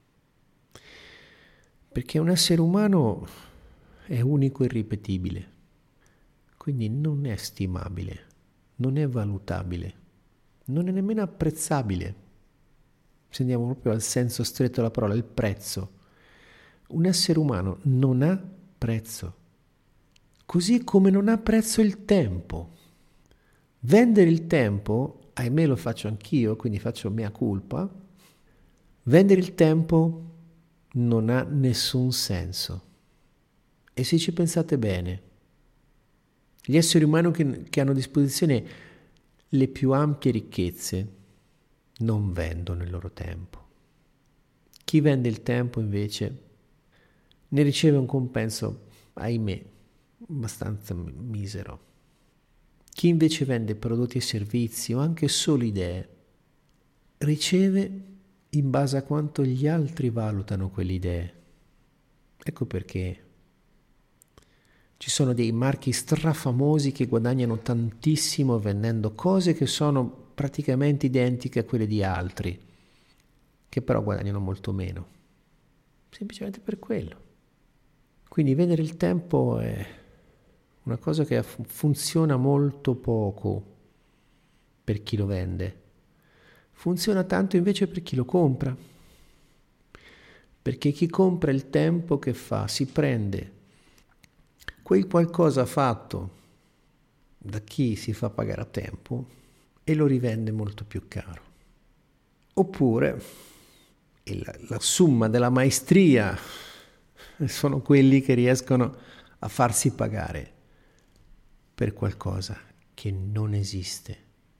Perché un essere umano è unico e irripetibile. Quindi non è stimabile, non è valutabile, non è nemmeno apprezzabile. Se andiamo proprio al senso stretto della parola, il prezzo. Un essere umano non ha prezzo. Così come non ha prezzo il tempo. Vendere il tempo, ahimè lo faccio anch'io, quindi faccio mea culpa, vendere il tempo non ha nessun senso. E se ci pensate bene, gli esseri umani che hanno a disposizione le più ampie ricchezze non vendono il loro tempo. Chi vende il tempo invece ne riceve un compenso, ahimè, abbastanza misero. Chi invece vende prodotti e servizi o anche solo idee, riceve in base a quanto gli altri valutano quelle idee. Ecco perché ci sono dei marchi strafamosi che guadagnano tantissimo vendendo cose che sono praticamente identiche a quelle di altri, che però guadagnano molto meno. Semplicemente per quello. Quindi vendere il tempo è una cosa che funziona molto poco per chi lo vende. Funziona tanto invece per chi lo compra. Perché chi compra il tempo che fa? Si prende quel qualcosa fatto da chi si fa pagare a tempo e lo rivende molto più caro. Oppure la somma della maestria sono quelli che riescono a farsi pagare per qualcosa che non esiste.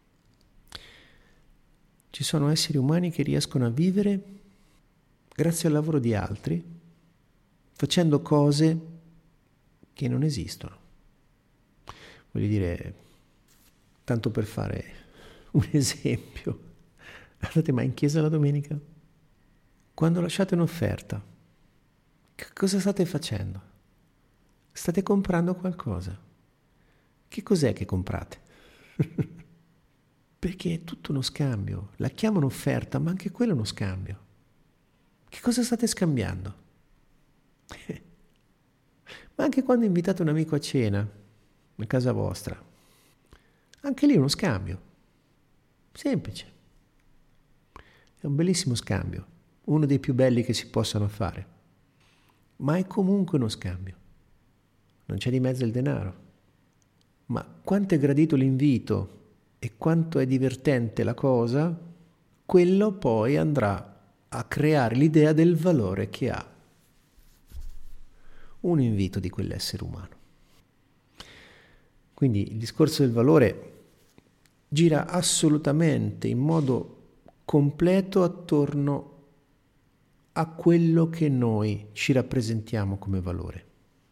Ci sono esseri umani che riescono a vivere grazie al lavoro di altri, facendo cose che non esistono. Voglio dire, tanto per fare un esempio, andate mai in chiesa la domenica? Quando lasciate un'offerta, che cosa state facendo? State comprando qualcosa. Che cos'è che comprate? Perché è tutto uno scambio. La chiamano offerta, ma anche quello è uno scambio. Che cosa state scambiando? Ma Anche quando invitate un amico a cena, a casa vostra, anche lì è uno scambio, semplice. È un bellissimo scambio, uno dei più belli che si possano fare, ma è comunque uno scambio. Non c'è di mezzo il denaro. Ma quanto è gradito l'invito e quanto è divertente la cosa, quello poi andrà a creare l'idea del valore che ha un invito di quell'essere umano. Quindi il discorso del valore gira assolutamente in modo completo attorno a quello che noi ci rappresentiamo come valore.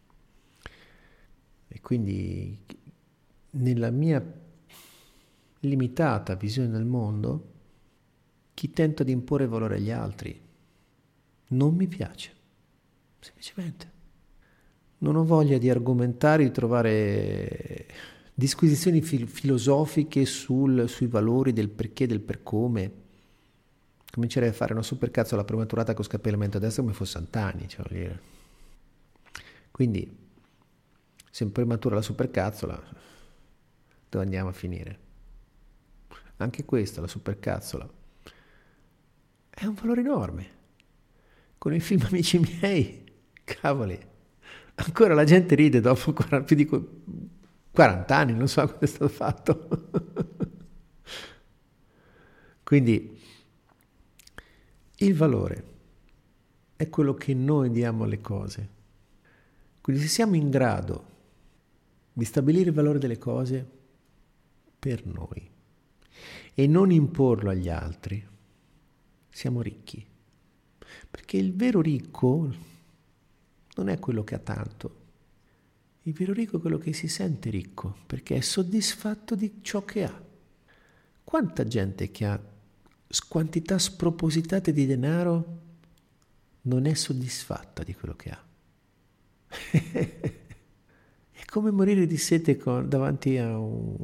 E quindi nella mia limitata visione del mondo, chi tenta di imporre valore agli altri non mi piace, semplicemente. Non ho voglia di argomentare, di trovare disquisizioni filosofiche sui valori del perché, del per come. Comincerei a fare una supercazzola prematurata con scapellamento a destra come fosse Sant'Anni, cioè voglio dire. Quindi, se prematura la supercazzola, dove andiamo a finire? Anche questa, la supercazzola, è un valore enorme. Con i film Amici miei, cavoli, ancora la gente ride dopo più di 40 anni, non so quando è stato fatto. Quindi il valore è quello che noi diamo alle cose. Quindi se siamo in grado di stabilire il valore delle cose per noi e non imporlo agli altri, siamo ricchi. Perché il vero ricco non è quello che ha tanto. Il vero ricco è quello che si sente ricco, perché è soddisfatto di ciò che ha. Quanta gente che ha quantità spropositate di denaro non è soddisfatta di quello che ha? È come morire di sete davanti a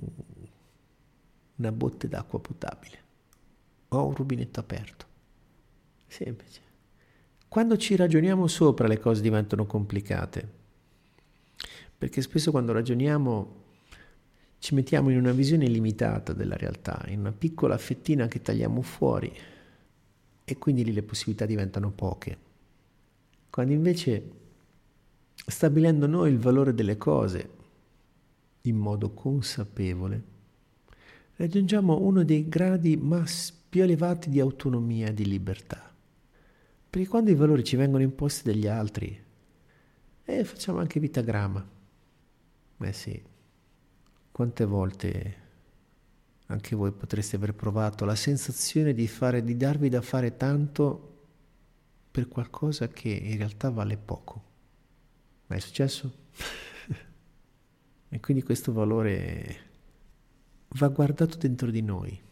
una botte d'acqua potabile o a un rubinetto aperto. Semplice. Quando ci ragioniamo sopra le cose diventano complicate, perché spesso quando ragioniamo ci mettiamo in una visione limitata della realtà, in una piccola fettina che tagliamo fuori e quindi lì le possibilità diventano poche. Quando invece, stabilendo noi il valore delle cose in modo consapevole, raggiungiamo uno dei gradi più elevati di autonomia e di libertà. Perché quando i valori ci vengono imposti dagli altri, facciamo anche vitagrama. Sì, quante volte anche voi potreste aver provato la sensazione di darvi da fare tanto per qualcosa che in realtà vale poco. Ma è successo? E quindi questo valore va guardato dentro di noi,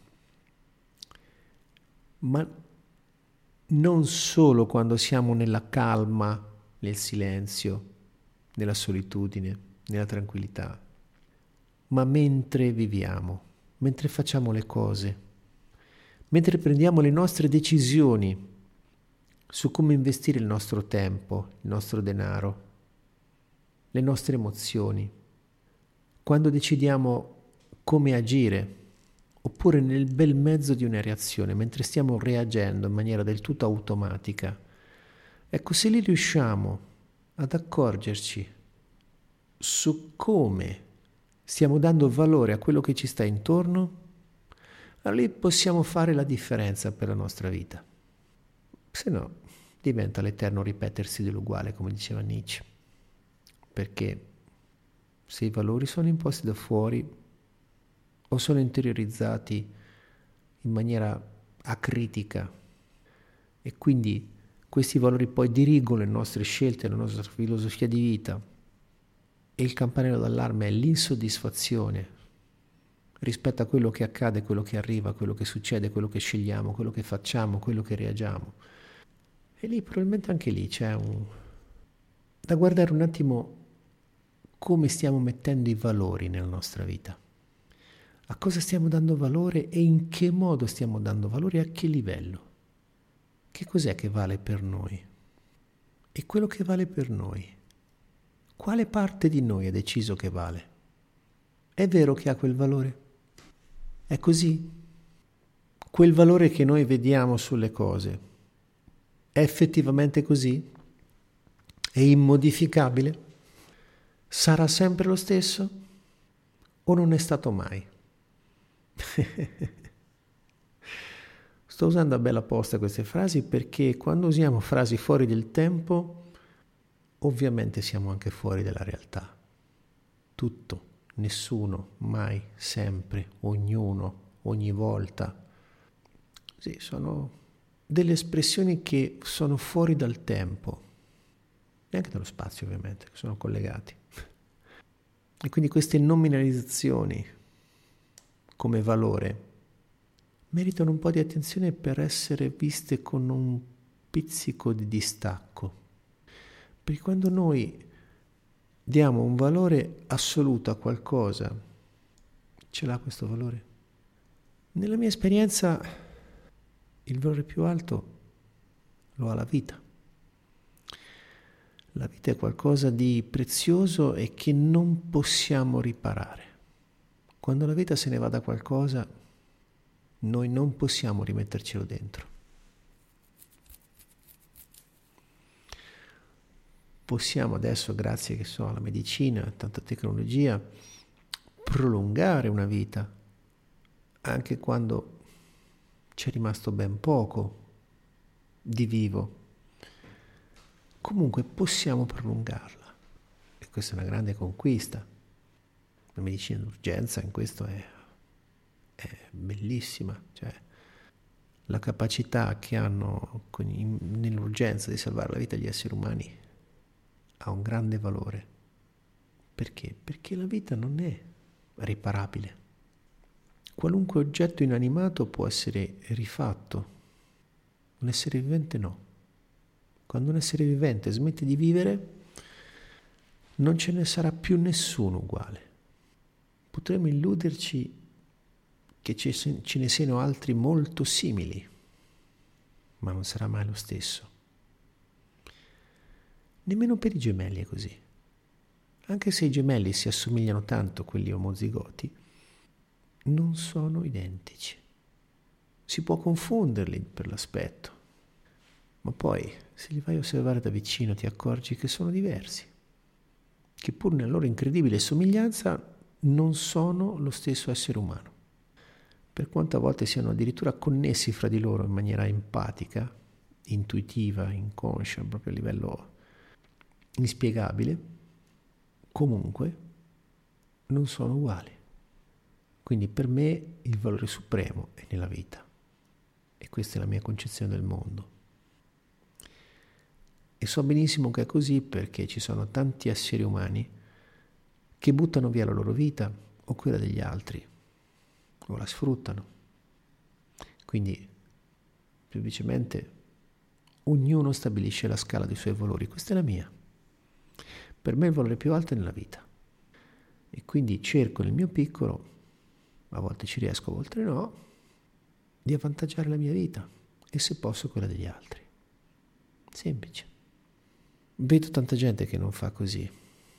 ma non solo quando siamo nella calma, nel silenzio, nella solitudine, nella tranquillità, ma mentre viviamo, mentre facciamo le cose, mentre prendiamo le nostre decisioni su come investire il nostro tempo, il nostro denaro, le nostre emozioni, quando decidiamo come agire, oppure nel bel mezzo di una reazione, mentre stiamo reagendo in maniera del tutto automatica. Ecco, se lì riusciamo ad accorgerci su come stiamo dando valore a quello che ci sta intorno, allora lì possiamo fare la differenza per la nostra vita. Se no, diventa l'eterno ripetersi dell'uguale, come diceva Nietzsche. Perché se i valori sono imposti da fuori, o sono interiorizzati in maniera acritica e quindi questi valori poi dirigono le nostre scelte, la nostra filosofia di vita e il campanello d'allarme è l'insoddisfazione rispetto a quello che accade, quello che arriva, quello che succede, quello che scegliamo, quello che facciamo, quello che reagiamo. E lì probabilmente anche lì c'è da guardare un attimo come stiamo mettendo i valori nella nostra vita. A cosa stiamo dando valore e in che modo stiamo dando valore e a che livello? Che cos'è che vale per noi? E quello che vale per noi, Quale parte di noi ha deciso che vale? È vero che ha quel valore? È così? Quel valore che noi vediamo sulle cose è effettivamente così? È immodificabile? Sarà sempre lo stesso? O non è stato mai? Sto usando a bella posta queste frasi perché quando usiamo frasi fuori del tempo, ovviamente siamo anche fuori dalla realtà. Tutto, nessuno, mai, sempre, ognuno, ogni volta. Sì, sono delle espressioni che sono fuori dal tempo e anche dallo spazio, ovviamente, che sono collegati. E quindi queste nominalizzazioni come valore meritano un po' di attenzione per essere viste con un pizzico di distacco. Perché quando noi diamo un valore assoluto a qualcosa, ce l'ha questo valore? Nella mia esperienza, il valore più alto lo ha la vita. La vita è qualcosa di prezioso e che non possiamo riparare. Quando la vita se ne va da qualcosa, noi non possiamo rimettercelo dentro. Possiamo adesso, grazie alla medicina, a tanta tecnologia, prolungare una vita, anche quando c'è rimasto ben poco di vivo. Comunque possiamo prolungarla e questa è una grande conquista. La medicina d'urgenza in questo è bellissima, cioè la capacità che hanno nell'urgenza di salvare la vita degli esseri umani ha un grande valore. Perché? Perché la vita non è riparabile. Qualunque oggetto inanimato può essere rifatto, un essere vivente no. Quando un essere vivente smette di vivere, non ce ne sarà più nessuno uguale. Potremmo illuderci che ce ne siano altri molto simili, ma non sarà mai lo stesso. Nemmeno per i gemelli è così. Anche se i gemelli si assomigliano tanto, quelli omozigoti, non sono identici. Si può confonderli per l'aspetto, ma poi se li vai a osservare da vicino ti accorgi che sono diversi, che pur nella loro incredibile somiglianza non sono lo stesso essere umano. Per quanto a volte siano addirittura connessi fra di loro in maniera empatica, intuitiva, inconscia, proprio a livello inspiegabile, comunque non sono uguali. Quindi per me il valore supremo è nella vita e questa è la mia concezione del mondo. E so benissimo che è così perché ci sono tanti esseri umani che buttano via la loro vita o quella degli altri o la sfruttano. Quindi semplicemente ognuno stabilisce la scala dei suoi valori. Questa è la mia. Per me il valore più alto è nella vita. E quindi cerco nel mio piccolo, a volte ci riesco, a volte no, di avvantaggiare la mia vita e se posso quella degli altri. Semplice. Vedo tanta gente che non fa così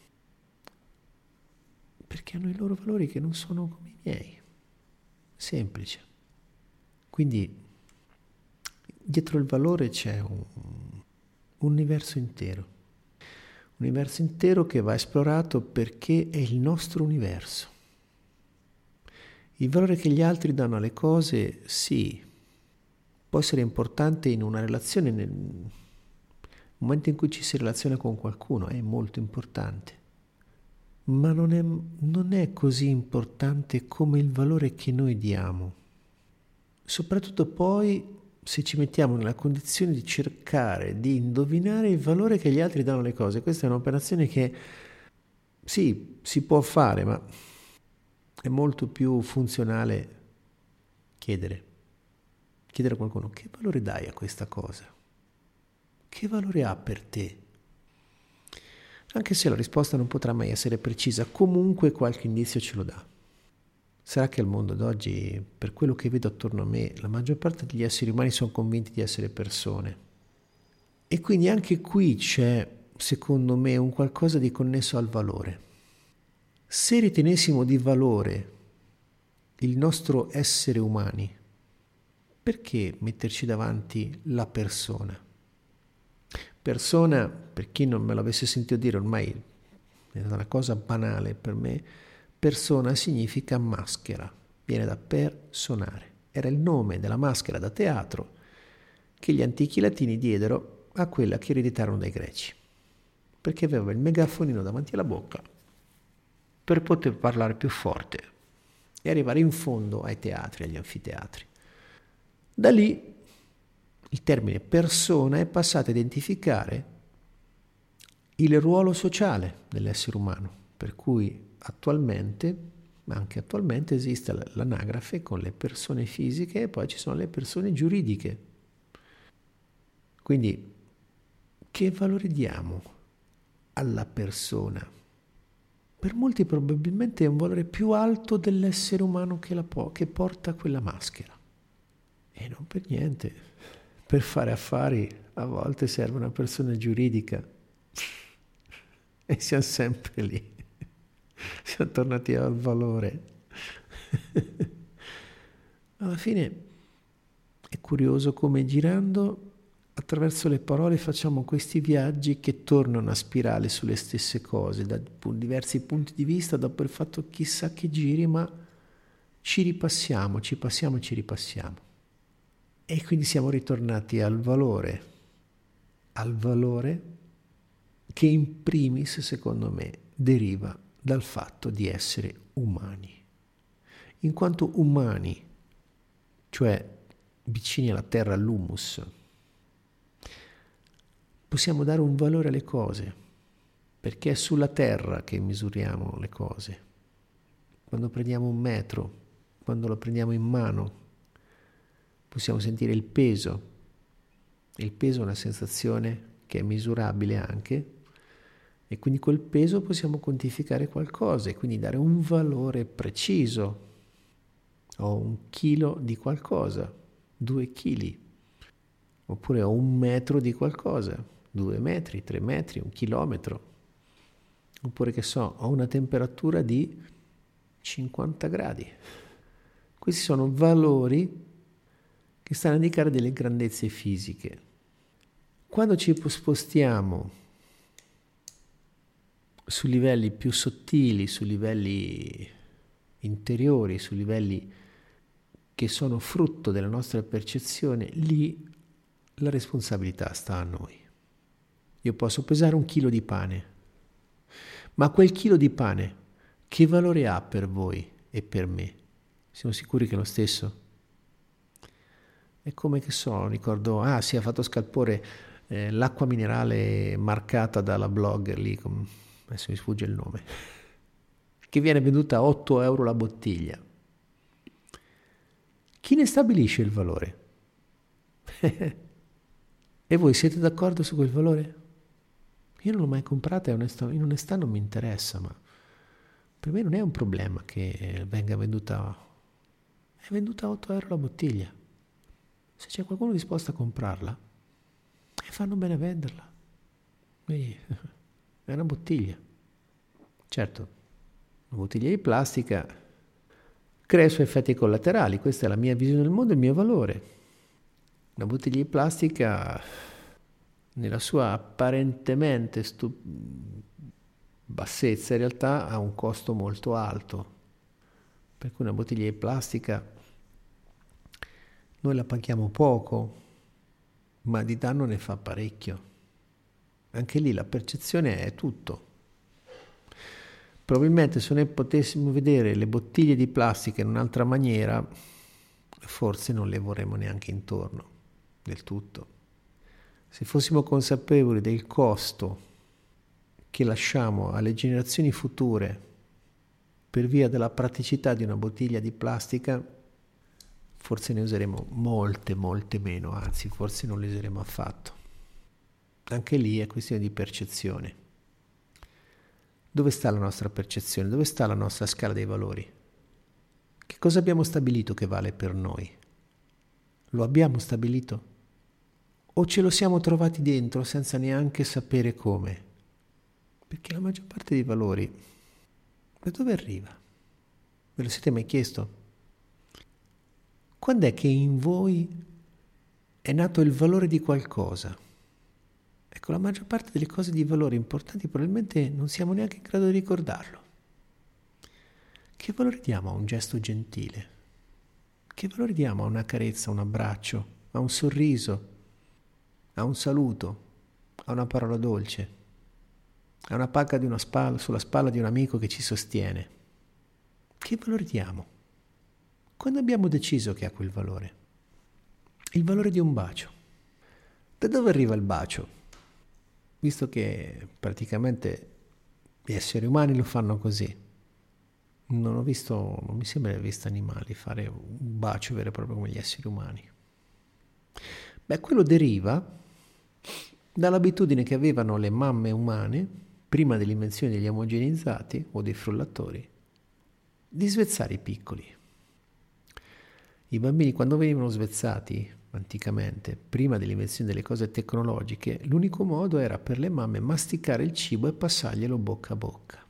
perché hanno i loro valori che non sono come i miei. Semplice. Quindi dietro il valore c'è un universo intero. Un universo intero che va esplorato perché è il nostro universo. Il valore che gli altri danno alle cose, sì, può essere importante in una relazione, nel momento in cui ci si relaziona con qualcuno, è molto importante. Ma non è così importante come il valore che noi diamo. Soprattutto poi se ci mettiamo nella condizione di cercare di indovinare il valore che gli altri danno alle cose. Questa è un'operazione che sì, si può fare, ma è molto più funzionale chiedere a qualcuno: che valore dai a questa cosa? Che valore ha per te? Anche se la risposta non potrà mai essere precisa, comunque qualche indizio ce lo dà. Sarà che al mondo d'oggi, per quello che vedo attorno a me, la maggior parte degli esseri umani sono convinti di essere persone. E quindi anche qui c'è secondo me, un qualcosa di connesso al valore. Se ritenessimo di valore il nostro essere umani, perché metterci davanti la persona? Persona, per chi non me l'avesse sentito dire, ormai è una cosa banale per me, persona significa maschera, viene da personare. Era il nome della maschera da teatro che gli antichi latini diedero a quella che ereditarono dai greci, perché aveva il megafonino davanti alla bocca per poter parlare più forte e arrivare in fondo ai teatri, agli anfiteatri. Da lì il termine persona è passato a identificare il ruolo sociale dell'essere umano, per cui attualmente, ma anche attualmente, esiste l'anagrafe con le persone fisiche e poi ci sono le persone giuridiche. Quindi che valore diamo alla persona? Per molti probabilmente è un valore più alto dell'essere umano che porta quella maschera. E non per niente. Per fare affari a volte serve una persona giuridica. E siamo sempre lì. Siamo tornati al valore. Alla fine è curioso come girando attraverso le parole facciamo questi viaggi che tornano a spirale sulle stesse cose, da diversi punti di vista, dopo il fatto chissà che giri, ma ci passiamo e ci ripassiamo. E quindi siamo ritornati al valore che in primis, secondo me, deriva dal fatto di essere umani. In quanto umani, cioè vicini alla terra, all'humus, possiamo dare un valore alle cose, perché è sulla terra che misuriamo le cose. Quando prendiamo un metro, quando lo prendiamo in mano, possiamo sentire il peso. Il peso è una sensazione che è misurabile anche, e quindi col peso possiamo quantificare qualcosa e quindi dare un valore preciso. Ho 1 chilo di qualcosa, 2 chili, oppure ho 1 metro di qualcosa, 2 metri, 3 metri, 1 chilometro, oppure che so, ho una temperatura di 50 gradi. Questi sono valori che stanno a indicare delle grandezze fisiche. Quando ci spostiamo su livelli più sottili, su livelli interiori, su livelli che sono frutto della nostra percezione, lì la responsabilità sta a noi. Io posso pesare 1 chilo di pane, ma quel chilo di pane che valore ha per voi e per me? Siamo sicuri che è lo stesso? È come che so, ricordo, si è fatto scalpore l'acqua minerale marcata dalla blogger lì, adesso mi sfugge il nome, che viene venduta a 8 euro la bottiglia. Chi ne stabilisce il valore? E voi siete d'accordo su quel valore? Io non l'ho mai comprata e in onestà non mi interessa, ma per me non è un problema che venga venduta. È venduta a 8 euro la bottiglia. Se c'è qualcuno disposto a comprarla, fanno bene a venderla. È una bottiglia. Certo, una bottiglia di plastica crea i suoi effetti collaterali. Questa è la mia visione del mondo e il mio valore. Una bottiglia di plastica, nella sua apparentemente bassezza, in realtà ha un costo molto alto. Per cui una bottiglia di plastica noi la paghiamo poco, ma di danno ne fa parecchio. Anche lì la percezione è tutto. Probabilmente se noi potessimo vedere le bottiglie di plastica in un'altra maniera, forse non le vorremmo neanche intorno del tutto. Se fossimo consapevoli del costo che lasciamo alle generazioni future per via della praticità di una bottiglia di plastica, forse ne useremo molte meno, anzi forse non le useremo affatto. Anche lì è questione di percezione. Dove sta la nostra percezione? Dove sta la nostra scala dei valori? Che cosa abbiamo stabilito che vale per noi? Lo abbiamo stabilito? O ce lo siamo trovati dentro senza neanche sapere come? La maggior parte dei valori, da dove arriva? Ve lo siete mai chiesto? Quando è che in voi è nato il valore di qualcosa? Ecco, la maggior parte delle cose di valore importanti probabilmente non siamo neanche in grado di ricordarlo. Che valore diamo a un gesto gentile? Che valore diamo a una carezza, a un abbraccio, a un sorriso, a un saluto, a una parola dolce, a una pacca di sulla spalla di un amico che ci sostiene? Che valore diamo? Quando abbiamo deciso che ha quel valore? Il valore di un bacio. Da dove arriva il bacio? Visto che praticamente gli esseri umani lo fanno così. Non mi sembra di aver visto animali fare un bacio vero e proprio come gli esseri umani. Beh, quello deriva dall'abitudine che avevano le mamme umane, prima dell'invenzione degli omogenizzati o dei frullatori, di svezzare i piccoli. I bambini quando venivano svezzati anticamente, prima dell'invenzione delle cose tecnologiche, l'unico modo era per le mamme masticare il cibo e passarglielo bocca a bocca.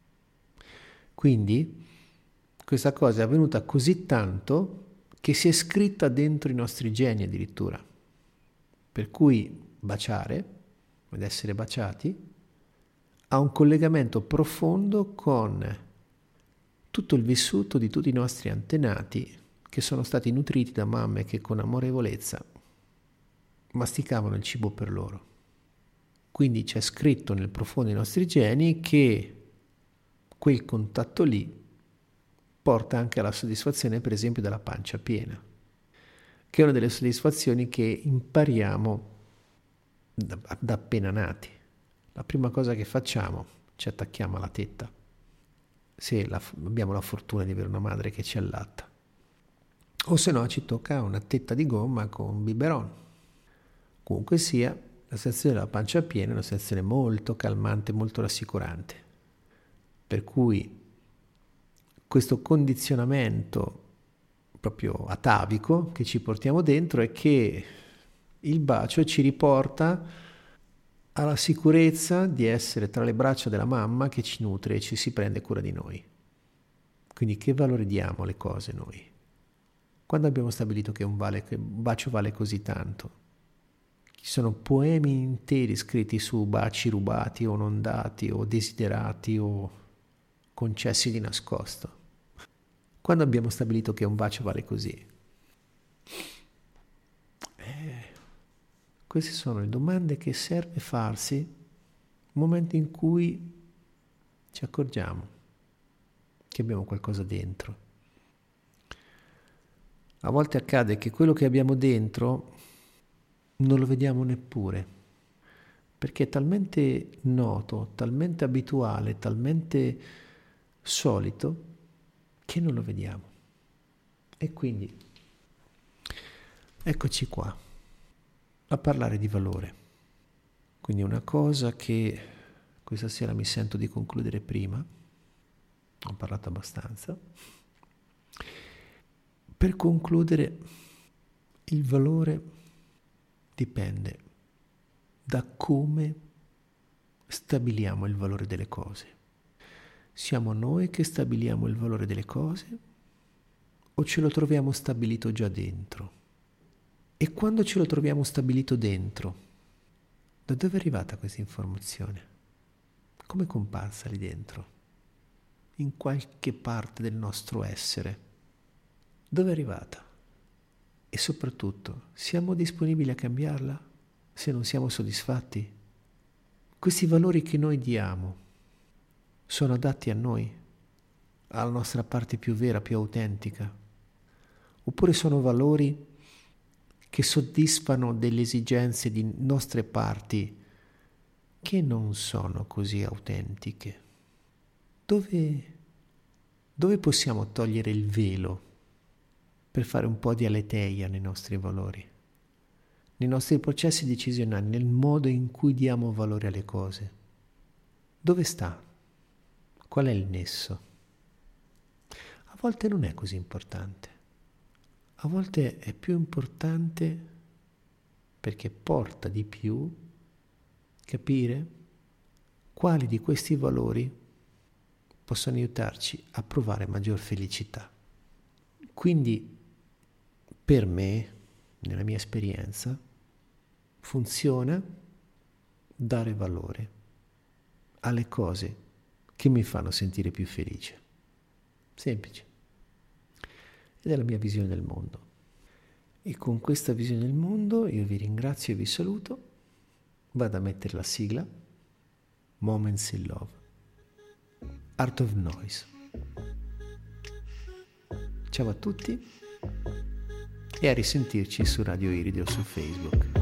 Quindi questa cosa è avvenuta così tanto che si è scritta dentro i nostri geni addirittura. Per cui baciare, ed essere baciati, ha un collegamento profondo con tutto il vissuto di tutti i nostri antenati che sono stati nutriti da mamme che con amorevolezza masticavano il cibo per loro. Quindi c'è scritto nel profondo dei nostri geni che quel contatto lì porta anche alla soddisfazione, per esempio, della pancia piena, che è una delle soddisfazioni che impariamo da appena nati. La prima cosa che facciamo, ci attacchiamo alla tetta, se abbiamo la fortuna di avere una madre che ci allatta. O se no ci tocca una tetta di gomma con un biberon. Comunque sia, la sensazione della pancia piena è una sensazione molto calmante, molto rassicurante. Per cui questo condizionamento proprio atavico che ci portiamo dentro è che il bacio ci riporta alla sicurezza di essere tra le braccia della mamma che ci nutre e ci si prende cura di noi. Quindi che valore diamo alle cose noi? Quando abbiamo stabilito che un bacio vale così tanto? Ci sono poemi interi scritti su baci rubati o non dati o desiderati o concessi di nascosto. Quando abbiamo stabilito che un bacio vale così? Queste sono le domande che serve farsi nel momento in cui ci accorgiamo che abbiamo qualcosa dentro. A volte accade che quello che abbiamo dentro non lo vediamo neppure, perché è talmente noto, talmente abituale, talmente solito che non lo vediamo. E quindi eccoci qua a parlare di valore. Quindi una cosa che questa sera mi sento di concludere prima, ho parlato abbastanza. Per concludere, il valore dipende da come stabiliamo il valore delle cose. Siamo noi che stabiliamo il valore delle cose o ce lo troviamo stabilito già dentro? E quando ce lo troviamo stabilito dentro, da dove è arrivata questa informazione? Come è comparsa lì dentro? In qualche parte del nostro essere. Dove è arrivata? E soprattutto, siamo disponibili a cambiarla se non siamo soddisfatti? Questi valori che noi diamo sono adatti a noi, alla nostra parte più vera, più autentica? Oppure sono valori che soddisfano delle esigenze di nostre parti che non sono così autentiche? Dove possiamo togliere il velo per fare un po' di aletheia nei nostri valori, nei nostri processi decisionali, nel modo in cui diamo valore alle cose? Dove sta? Qual è il nesso? A volte non è così importante, a volte è più importante perché porta di più capire quali di questi valori possono aiutarci a provare maggior felicità. Quindi, per me, nella mia esperienza, funziona dare valore alle cose che mi fanno sentire più felice. Semplice. Ed è la mia visione del mondo. E con questa visione del mondo io vi ringrazio e vi saluto. Vado a mettere la sigla Moments in Love, Art of Noise. Ciao a tutti e a risentirci su Radio Iride o su Facebook.